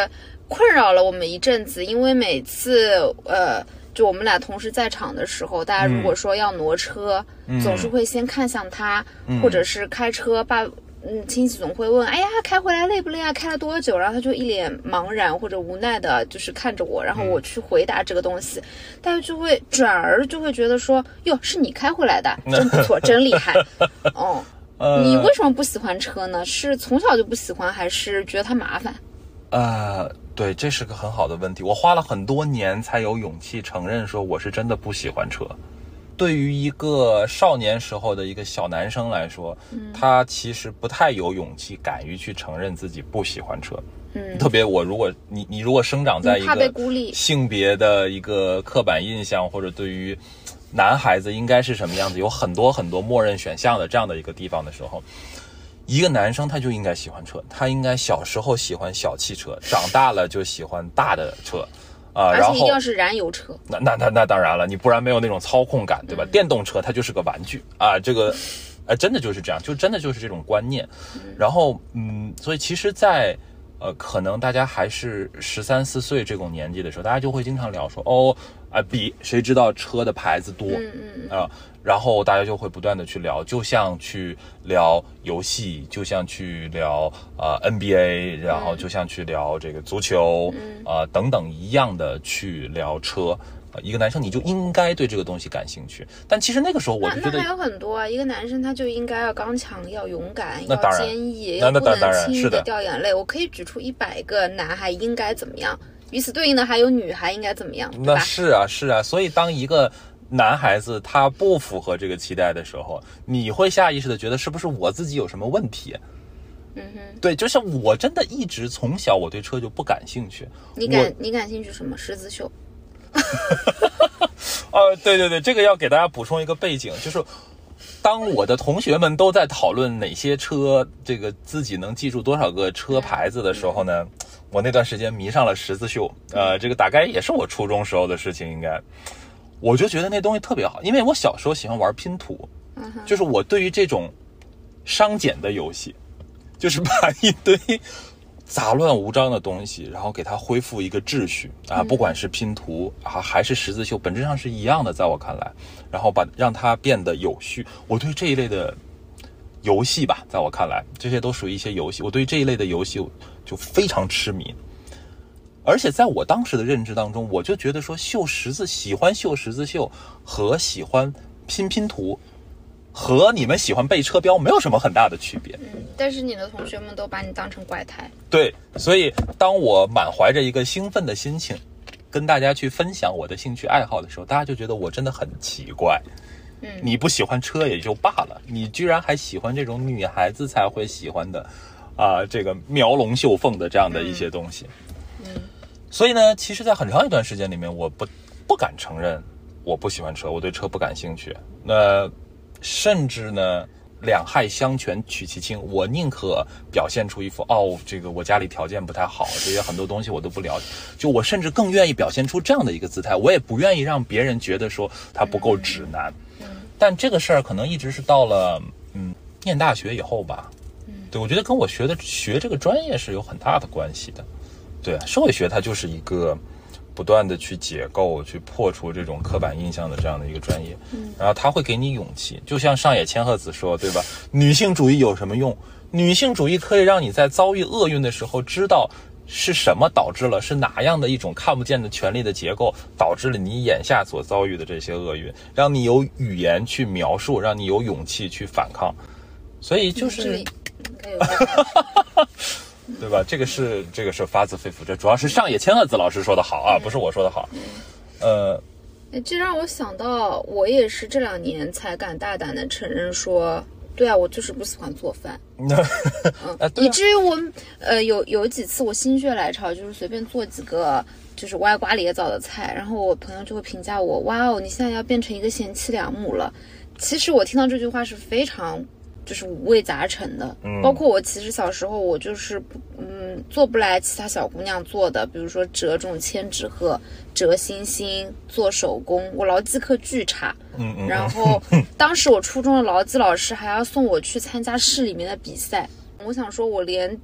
困扰了我们一阵子，因为每次就我们俩同时在场的时候，大家如果说要挪车，总是会先看向他，或者是开车亲戚总会问，哎呀，开回来累不累啊？开了多久？然后他就一脸茫然或者无奈的，就是看着我，然后我去回答这个东西，大家就会转而就会觉得说，哟，是你开回来的，真不错，真厉害。哦，你为什么不喜欢车呢？是从小就不喜欢，还是觉得它麻烦？ 对，这是个很好的问题。我花了很多年才有勇气承认说我是真的不喜欢车。对于一个少年时候的一个小男生来说，他其实不太有勇气敢于去承认自己不喜欢车。特别你如果生长在一怕被孤立性别的一个刻板印象，或者对于男孩子应该是什么样子，有很多很多默认选项的这样的一个地方的时候，一个男生他就应该喜欢车，他应该小时候喜欢小汽车，长大了就喜欢大的车。 而且一定要是燃油车。 那当然了，你不然没有那种操控感，对吧？电动车它就是个玩具啊，这个真的就是这样，就真的就是这种观念。然后所以其实在可能大家还是13、14岁这种年纪的时候，大家就会经常聊说比谁知道车的牌子多然后大家就会不断的去聊，就像去聊游戏，就像去聊NBA， 然后就像去聊这个足球等等一样的去聊车。一个男生你就应该对这个东西感兴趣，但其实那个时候我就觉得那还有很多啊，一个男生他就应该要刚强，要勇敢，要坚毅， 要不能轻易的掉眼泪。我可以举出100个男孩应该怎么样，与此对应的还有女孩应该怎么样，对吧？ 那是啊，所以当一个男孩子他不符合这个期待的时候，你会下意识的觉得是不是我自己有什么问题？对，就是我真的一直从小我对车就不感兴趣。你感兴趣什么？十字绣。 对，这个要给大家补充一个背景，就是当我的同学们都在讨论哪些车这个自己能记住多少个车牌子的时候呢，我那段时间迷上了十字绣。这个大概也是我初中时候的事情，应该我就觉得那东西特别好，因为我小时候喜欢玩拼图，就是我对于这种商检的游戏，就是把一堆杂乱无章的东西，然后给它恢复一个秩序不管是拼图还是十字绣，本质上是一样的，在我看来，然后让它变得有序。我对这一类的游戏吧，在我看来，这些都属于一些游戏，我对这一类的游戏就非常痴迷。而且在我当时的认知当中，我就觉得说喜欢绣十字绣和喜欢拼图和你们喜欢背车标没有什么很大的区别。 但是你的同学们都把你当成怪胎。 对，所以当我满怀着一个兴奋的心情跟大家去分享我的兴趣爱好的时候，大家就觉得我真的很奇怪。你不喜欢车也就罢了，你居然还喜欢这种女孩子才会喜欢的这个描龙绣凤的这样的一些东西。所以呢，其实在很长一段时间里面，我不敢承认我不喜欢车，我对车不感兴趣。那甚至呢，两害相权取其轻，我宁可表现出一副这个我家里条件不太好，这些很多东西我都不了解，就我甚至更愿意表现出这样的一个姿态，我也不愿意让别人觉得说他不够直男。但这个事儿可能一直是到了念大学以后吧。对，我觉得跟我学这个专业是有很大的关系的。对，社会学它就是一个不断的去解构、去破除这种刻板印象的这样的一个专业，然后它会给你勇气。就像上野千鹤子说，对吧？女性主义有什么用？女性主义可以让你在遭遇厄运的时候，知道是什么导致了，是哪样的一种看不见的权力的结构导致了你眼下所遭遇的这些厄运，让你有语言去描述，让你有勇气去反抗。所以就是对吧？这个是发自肺腑，这主要是上野千鹤子老师说的好不是我说的好。 这让我想到，我也是这2年才敢大胆的承认说，对啊，我就是不喜欢做饭。以至于我有几次我心血来潮，就是随便做几个就是歪瓜裂枣的菜，然后我朋友就会评价我，哇哦，你现在要变成一个贤妻良母了。其实我听到这句话是非常就是五味杂陈的，包括我其实小时候我就是做不来其他小姑娘做的，比如说折这种千纸鹤、折星星、做手工，我劳技课巨差。然后当时我初中的劳技老师还要送我去参加市里面的比赛，我想说我连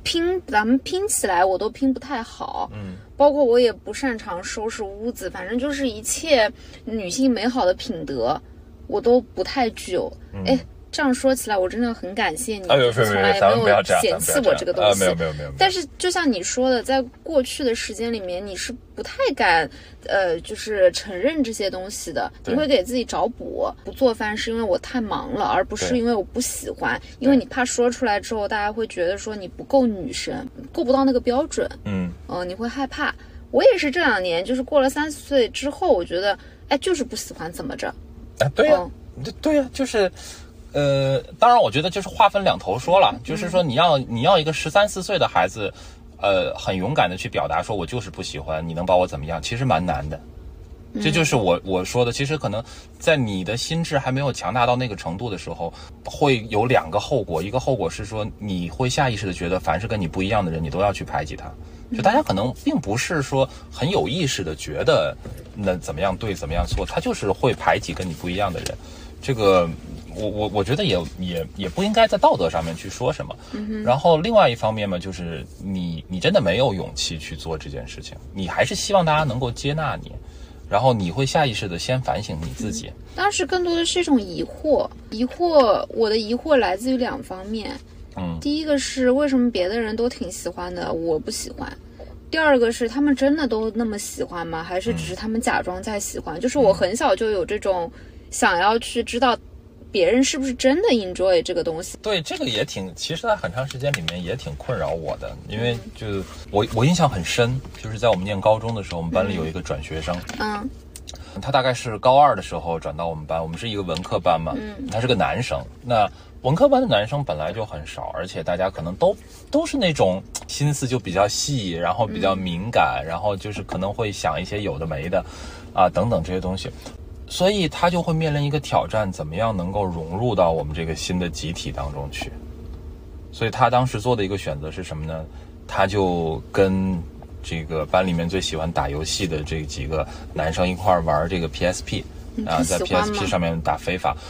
咱们拼起来我都拼不太好，包括我也不擅长收拾屋子，反正就是一切女性美好的品德我都不太具有。这样说起来，我真的很感谢你，从来也没有嫌弃我这个东西。 没有。 但是就像你说的，在过去的时间里面，你是不太敢，就是承认这些东西的。你会给自己找补，不做饭是因为我太忙了，而不是因为我不喜欢。因为你怕说出来之后，大家会觉得说你不够女生，够不到那个标准。你会害怕。我也是这2年，就是过了30岁之后，我觉得，就是不喜欢怎么着。 对呀，对呀，就是。当然我觉得就是话分两头说了，就是说你要一个13、14岁的孩子，很勇敢的去表达说我就是不喜欢，你能把我怎么样，其实蛮难的。这就是我说的，其实可能在你的心智还没有强大到那个程度的时候，会有2个后果。一个后果是说你会下意识的觉得凡是跟你不一样的人你都要去排挤他，就大家可能并不是说很有意识的觉得那怎么样对怎么样错，他就是会排挤跟你不一样的人。这个我觉得也不应该在道德上面去说什么。然后另外一方面嘛，就是你真的没有勇气去做这件事情，你还是希望大家能够接纳你，然后你会下意识的先反省你自己。 当时更多的是一种疑惑，我的疑惑来自于2方面。第一个是为什么别的人都挺喜欢的，我不喜欢。第二个是他们真的都那么喜欢吗？还是只是他们假装在喜欢？就是我很小就有这种想要去知道别人是不是真的 enjoy 这个东西。 对，这个也挺，其实在很长时间里面也挺困扰我的，因为就我印象很深，就是在我们念高中的时候，我们班里有一个转学生，他大概是高2的时候转到我们班，我们是一个文科班嘛，他是个男生。那文科班的男生本来就很少，而且大家可能都是那种心思就比较细，然后比较敏感，然后就是可能会想一些有的没的啊等等这些东西。所以他就会面临一个挑战，怎么样能够融入到我们这个新的集体当中去。所以他当时做的一个选择是什么呢？他就跟这个班里面最喜欢打游戏的这几个男生一块玩这个 PSP 啊，在 PSP 上面打非法。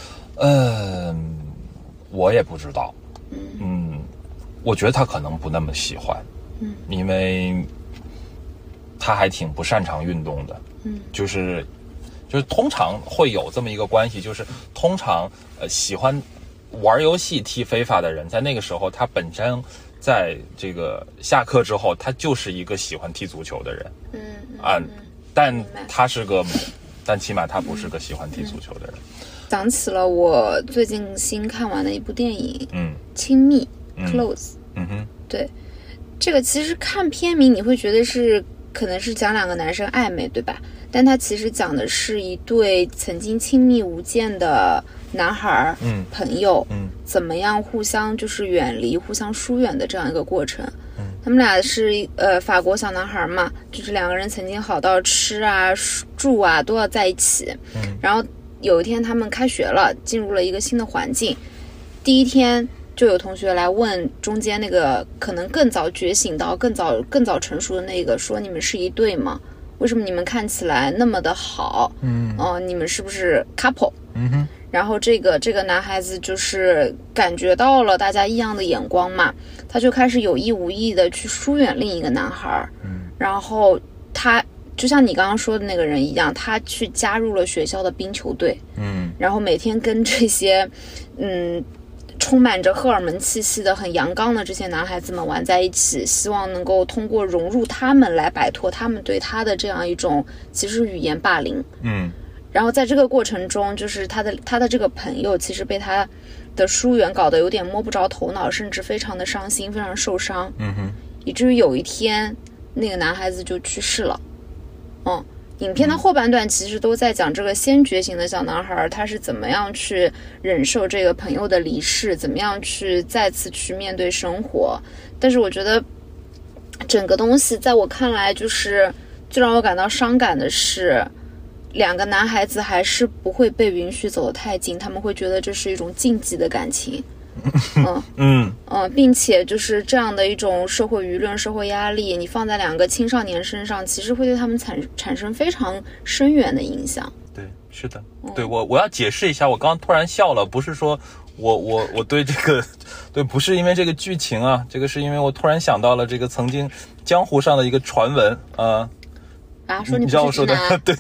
我也不知道。我觉得他可能不那么喜欢。因为他还挺不擅长运动的。就是通常会有这么一个关系，就是通常喜欢玩游戏踢非法的人，在那个时候他本身在这个下课之后，他就是一个喜欢踢足球的人。但起码他不是个喜欢踢足球的人。 想起了我最近新看完的一部电影，亲密 Close。对，这个其实看片名你会觉得可能是讲2个男生暧昧，对吧？但它其实讲的是一对曾经亲密无间的男孩朋友，怎么样互相就是远离、互相疏远的这样一个过程。他们俩是法国小男孩嘛，就是2个人曾经好到吃啊、住啊都要在一起。然后有一天他们开学了，进入了一个新的环境，第一天就有同学来问中间那个可能更早觉醒到更早成熟的那个，说你们是一对吗？为什么你们看起来那么的好？你们是不是 couple？然后这个男孩子就是感觉到了大家异样的眼光嘛，他就开始有意无意的去疏远另一个男孩。然后他就像你刚刚说的那个人一样，他去加入了学校的冰球队。然后每天跟这些充满着荷尔蒙气息的很阳刚的这些男孩子们玩在一起，希望能够通过融入他们来摆脱他们对他的这样一种其实语言霸凌。然后在这个过程中，就是他的这个朋友其实被他的疏远搞得有点摸不着头脑，甚至非常的伤心，非常受伤。以至于有一天那个男孩子就去世了。影片的后半段其实都在讲这个先觉醒的小男孩他是怎么样去忍受这个朋友的离世，怎么样去再次去面对生活。但是我觉得整个东西在我看来，就是最让我感到伤感的是2个男孩子还是不会被允许走得太近，他们会觉得这是一种禁忌的感情。并且就是这样的一种社会舆论、社会压力，你放在2个青少年身上，其实会对他们产生非常深远的影响。 对，是的。对，我要解释一下，我刚刚突然笑了，不是说我对这个，对，不是因为这个剧情啊，这个是因为我突然想到了这个曾经江湖上的一个传闻说你知道我说的，对，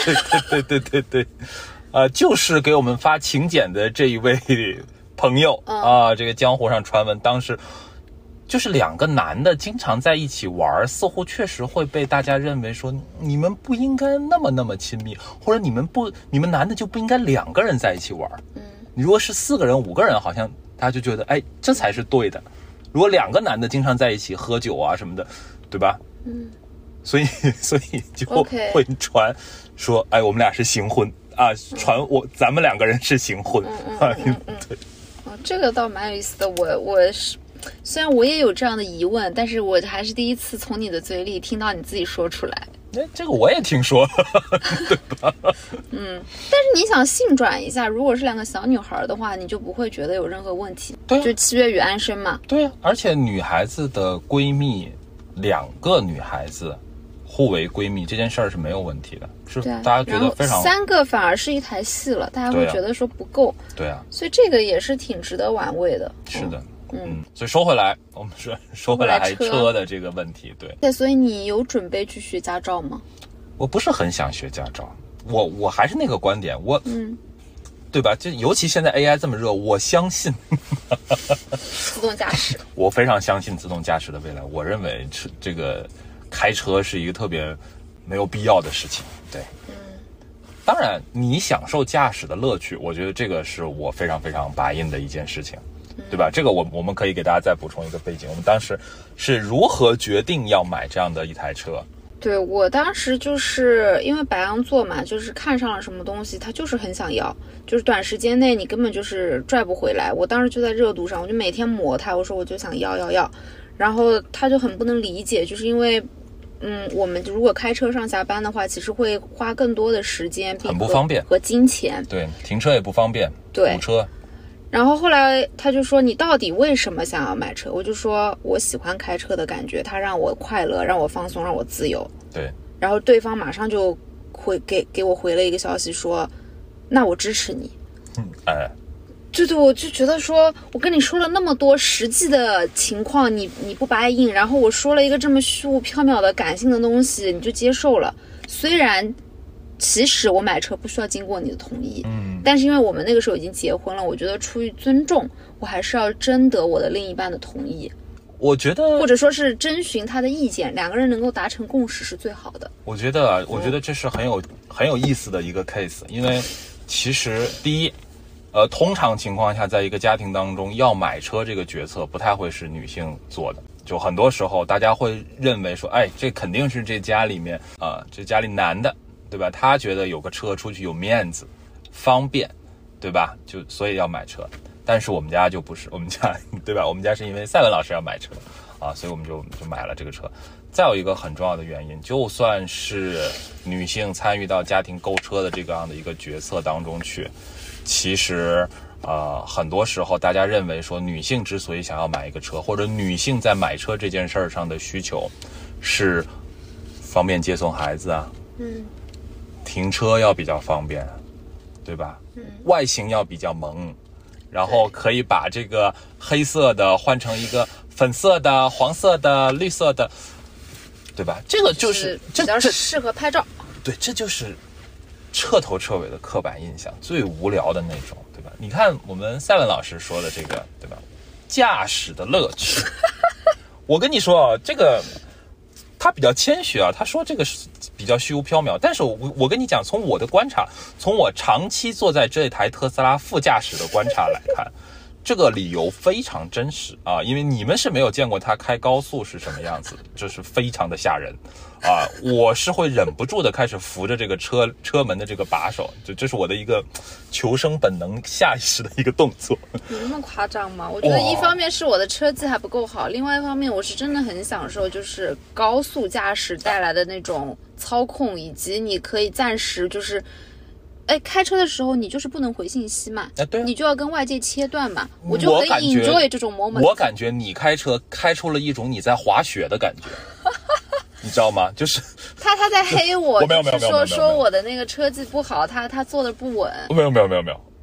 就是给我们发请柬的这一位朋友这个江湖上传闻，当时就是2个男的经常在一起玩，似乎确实会被大家认为说你们不应该那么亲密，或者你们男的就不应该2个人在一起玩。你如果是4个人、5个人，好像大家就觉得哎，这才是对的。如果2个男的经常在一起喝酒啊什么的，对吧？所以就会传说，哎，我们俩是行婚啊，传咱们2个人是行婚。对。 这个倒蛮有意思的。我是虽然我也有这样的疑问，但是我还是第一次从你的嘴里听到你自己说出来。 这个我也听说，对吧？ 但是你想性转一下，如果是2个小女孩的话，你就不会觉得有任何问题。 对， 就7月与安生嘛。 对啊，而且女孩子的闺蜜，2个女孩子互为闺蜜这件事儿是没有问题的，是大家觉得非常。 3个反而是一台戏了，大家会觉得说不够。 对啊， 所以这个也是挺值得玩味的。 是的。所以说回来，我们说回来车的这个问题，对。 所以你有准备去学驾照吗？ 我不是很想学驾照，我还是那个观点，对吧？就尤其现在 AI 这么热，我相信自动驾驶， 我非常相信自动驾驶的未来。我认为这个开车是一个特别没有必要的事情，对。当然，你享受驾驶的乐趣，我觉得这个是我非常非常buy in的一件事情。对吧？这个我们可以给大家再补充一个背景，我们当时是如何决定要买这样的一台车？ 对，我当时就是因为白羊座嘛，就是看上了什么东西，他就是很想要，就是短时间内你根本就是拽不回来。我当时就在热度上，我就每天磨它，我说我就想要，然后他就很不能理解，就是因为我们如果开车上下班的话，其实会花更多的时间， 很不方便， 和金钱。 对，停车也不方便， 对， 堵车。 然后后来他就说你到底为什么想要买车？我就说我喜欢开车的感觉，它让我快乐，让我放松，让我自由。 对。 然后对方马上就会给我回了一个消息说，那我支持你。对，我就觉得说我跟你说了那么多实际的情况，你不buy in，然后我说了一个这么虚无缥缈的感性的东西，你就接受了。虽然其实我买车不需要经过你的同意，但是因为我们那个时候已经结婚了，我觉得出于尊重，我还是要征得我的另一半的同意。 我觉得， 或者说是征询他的意见，2个人能够达成共识是最好的。 我觉得这是很有意思的一个 case， 因为其实第一，通常情况下，在一个家庭当中，要买车这个决策不太会是女性做的。就很多时候，大家会认为说，哎，这肯定是这家里面这家里男的。对吧？他觉得有个车出去有面子，方便，对吧？就所以要买车。但是我们家就不是，我们家对吧？我们家是因为赛文老师要买车所以我们就买了这个车。再有一个很重要的原因，就算是女性参与到家庭购车的这样的一个决策当中去，其实很多时候大家认为说，女性之所以想要买一个车，或者女性在买车这件事儿上的需求，是方便接送孩子啊。停车要比较方便，对吧？外形要比较萌，然后可以把这个黑色的换成一个粉色的、黄色的、绿色的，对吧？这个就是比较适合拍照。 对，这就是彻头彻尾的刻板印象，最无聊的那种，对吧？你看我们赛文老师说的这个，对吧？驾驶的乐趣。我跟你说这个他比较谦虚他说这个是比较虚无缥缈，但是我跟你讲，从我的观察，从我长期坐在这台特斯拉副驾驶的观察来看，这个理由非常真实因为你们是没有见过他开高速是什么样子，这是非常的吓人我是会忍不住的开始扶着这个车门的这个把手，这是我的一个求生本能下意识的一个动作。 有那么夸张吗？我觉得一方面是我的车技还不够好，另外一方面我是真的很享受就是高速驾驶带来的那种操控，以及你可以暂时就是开车的时候你就是不能回信息嘛， 对， 你就要跟外界切断嘛，我就可以 enjoy 这种 moment。 我感觉你开车开出了一种你在滑雪的感觉。你知道吗？就是他在黑我， 没有说我的那个车技不好，他做的不稳。 没有，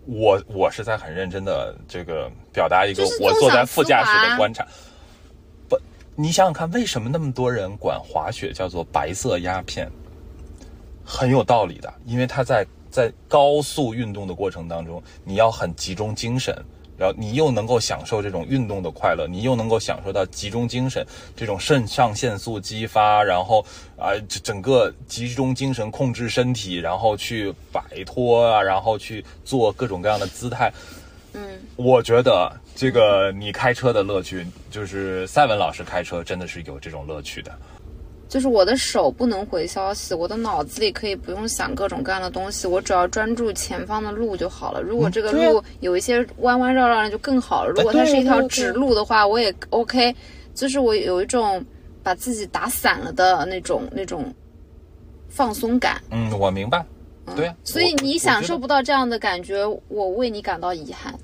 我是在很认真的这个表达一个就是我坐在副驾驶的观察。不，你想想看，为什么那么多人管滑雪叫做白色鸦片？很有道理的，因为它在高速运动的过程当中，你要很集中精神，然后你又能够享受这种运动的快乐，你又能够享受到集中精神这种肾上腺素激发，然后整个集中精神控制身体，然后去摆脱啊，然后去做各种各样的姿态。我觉得这个你开车的乐趣，就是赛文老师开车真的是有这种乐趣的。 就是我的手不能回消息，我的脑子里可以不用想各种各样的东西，我只要专注前方的路就好了。如果这个路有一些弯弯绕绕的就更好了，如果它是一条直路的话，我也 OK。就是我有一种把自己打散了的那种放松感。 我明白。对啊， 所以你享受不到这样的感觉，我为你感到遗憾。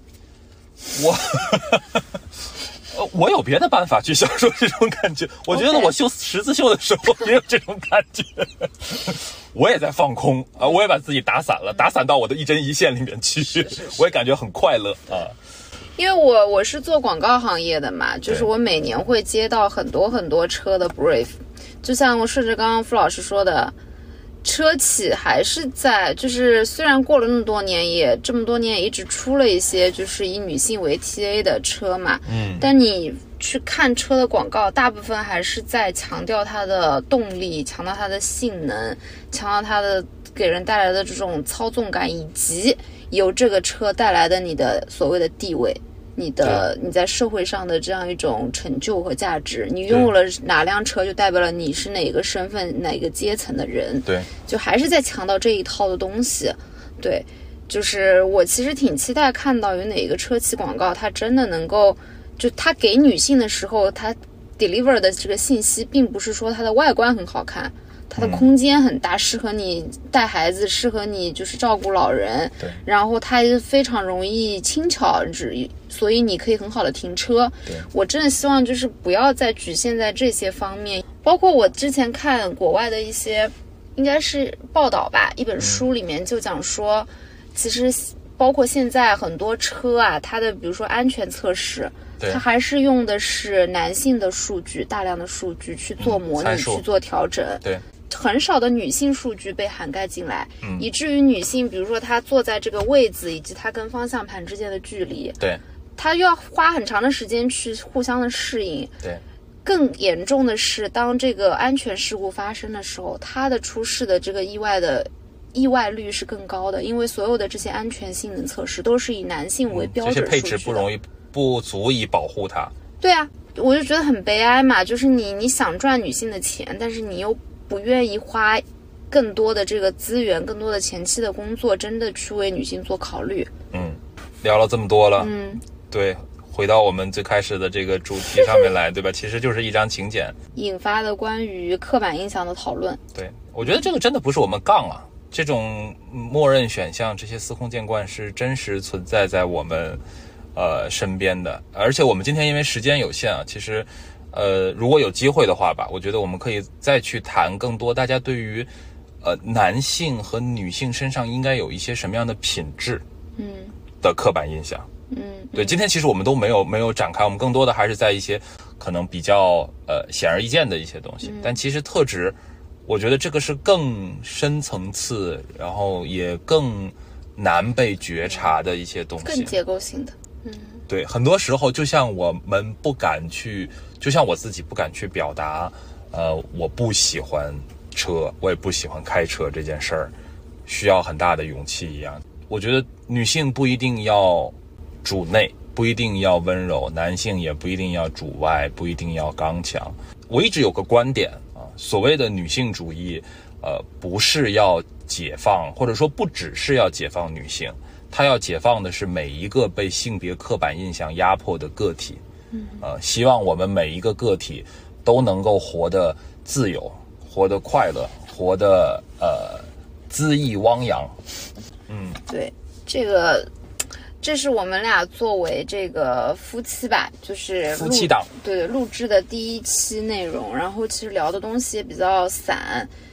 我有别的办法去享受这种感觉。我觉得我绣十字绣的时候也有这种感觉。我也在放空啊，我也把自己打散了，打散到我的一针一线里面去，我也感觉很快乐啊。 因为我是做广告行业的嘛，就是我每年会接到很多很多车的 brief， 就像我顺着刚刚傅老师说的，车企还是在，就是虽然过了那么多年，也这么多年也一直出了一些就是以女性为 TA 的车嘛，但你去看车的广告，大部分还是在强调它的动力，强调它的性能，强调它的给人带来的这种操纵感，以及由这个车带来的你的所谓的地位，你在社会上的这样一种成就和价值，你拥有了哪辆车就代表了你是哪个身份哪个阶层的人， 对，就还是在强调这一套的东西。对，就是我其实挺期待看到有哪个车企广告它真的能够，就它给女性的时候，它 deliver 的这个信息并不是说它的外观很好看，它的空间很大，适合你带孩子，适合你就是照顾老人， 对， 然后它非常容易轻巧，所以你可以很好的停车。 对， 我真的希望就是不要再局限在这些方面。包括我之前看国外的一些应该是报道吧，一本书里面就讲说，其实包括现在很多车啊，它的比如说安全测试，它还是用的是男性的数据，大量的数据去做模拟，去做调整。 对， 很少的女性数据被涵盖进来，以至于女性比如说她坐在这个位子以及她跟方向盘之间的距离， 对， 她要花很长的时间去互相的适应。 对， 更严重的是当这个安全事故发生的时候，她的出事的这个意外率是更高的，因为所有的这些安全性能测试都是以男性为标准数据的， 这些配置不足以保护她。 对啊，我就觉得很悲哀嘛，就是你想赚女性的钱，但是你又不愿意花更多的这个资源，更多的前期的工作，真的去为女性做考虑。 聊了这么多了，对，回到我们最开始的这个主题上面来，对吧？其实就是一张请柬引发的关于刻板印象的讨论。 对，我觉得这个真的不是我们杠啊，这种默认选项，这些司空见惯是真实存在在我们身边的。而且我们今天因为时间有限啊，其实如果有机会的话吧，我觉得我们可以再去谈更多大家对于男性和女性身上应该有一些什么样的品质的刻板印象。对，今天其实我们都没有展开，我们更多的还是在一些可能比较显而易见的一些东西，但其实特质我觉得这个是更深层次，然后也更难被觉察的一些东西， 更结构性的。 对，很多时候就像我们不敢去，就像我自己不敢去表达我不喜欢车，我也不喜欢开车这件事儿，需要很大的勇气一样。我觉得女性不一定要主内，不一定要温柔，男性也不一定要主外，不一定要刚强。我一直有个观点啊，所谓的女性主义不是要解放，或者说不只是要解放女性，它要解放的是每一个被性别刻板印象压迫的个体。希望我们每一个个体都能够活得自由，活得快乐，活得恣意汪洋。 对，这是我们俩作为这个夫妻吧，就是夫妻档， 对，录制的第一期内容，然后其实聊的东西也比较散。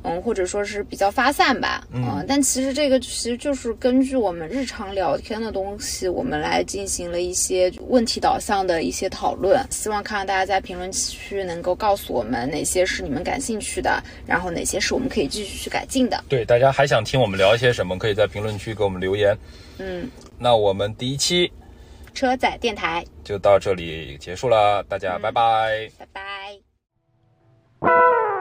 或者说是比较发散吧，但其实这个其实就是根据我们日常聊天的东西，我们来进行了一些问题导向的一些讨论，希望看到大家在评论区能够告诉我们哪些是你们感兴趣的，然后哪些是我们可以继续去改进的。 对，大家还想听我们聊一些什么，可以在评论区给我们留言。那我们第一期车载电台就到这里结束了，大家拜拜， 拜拜。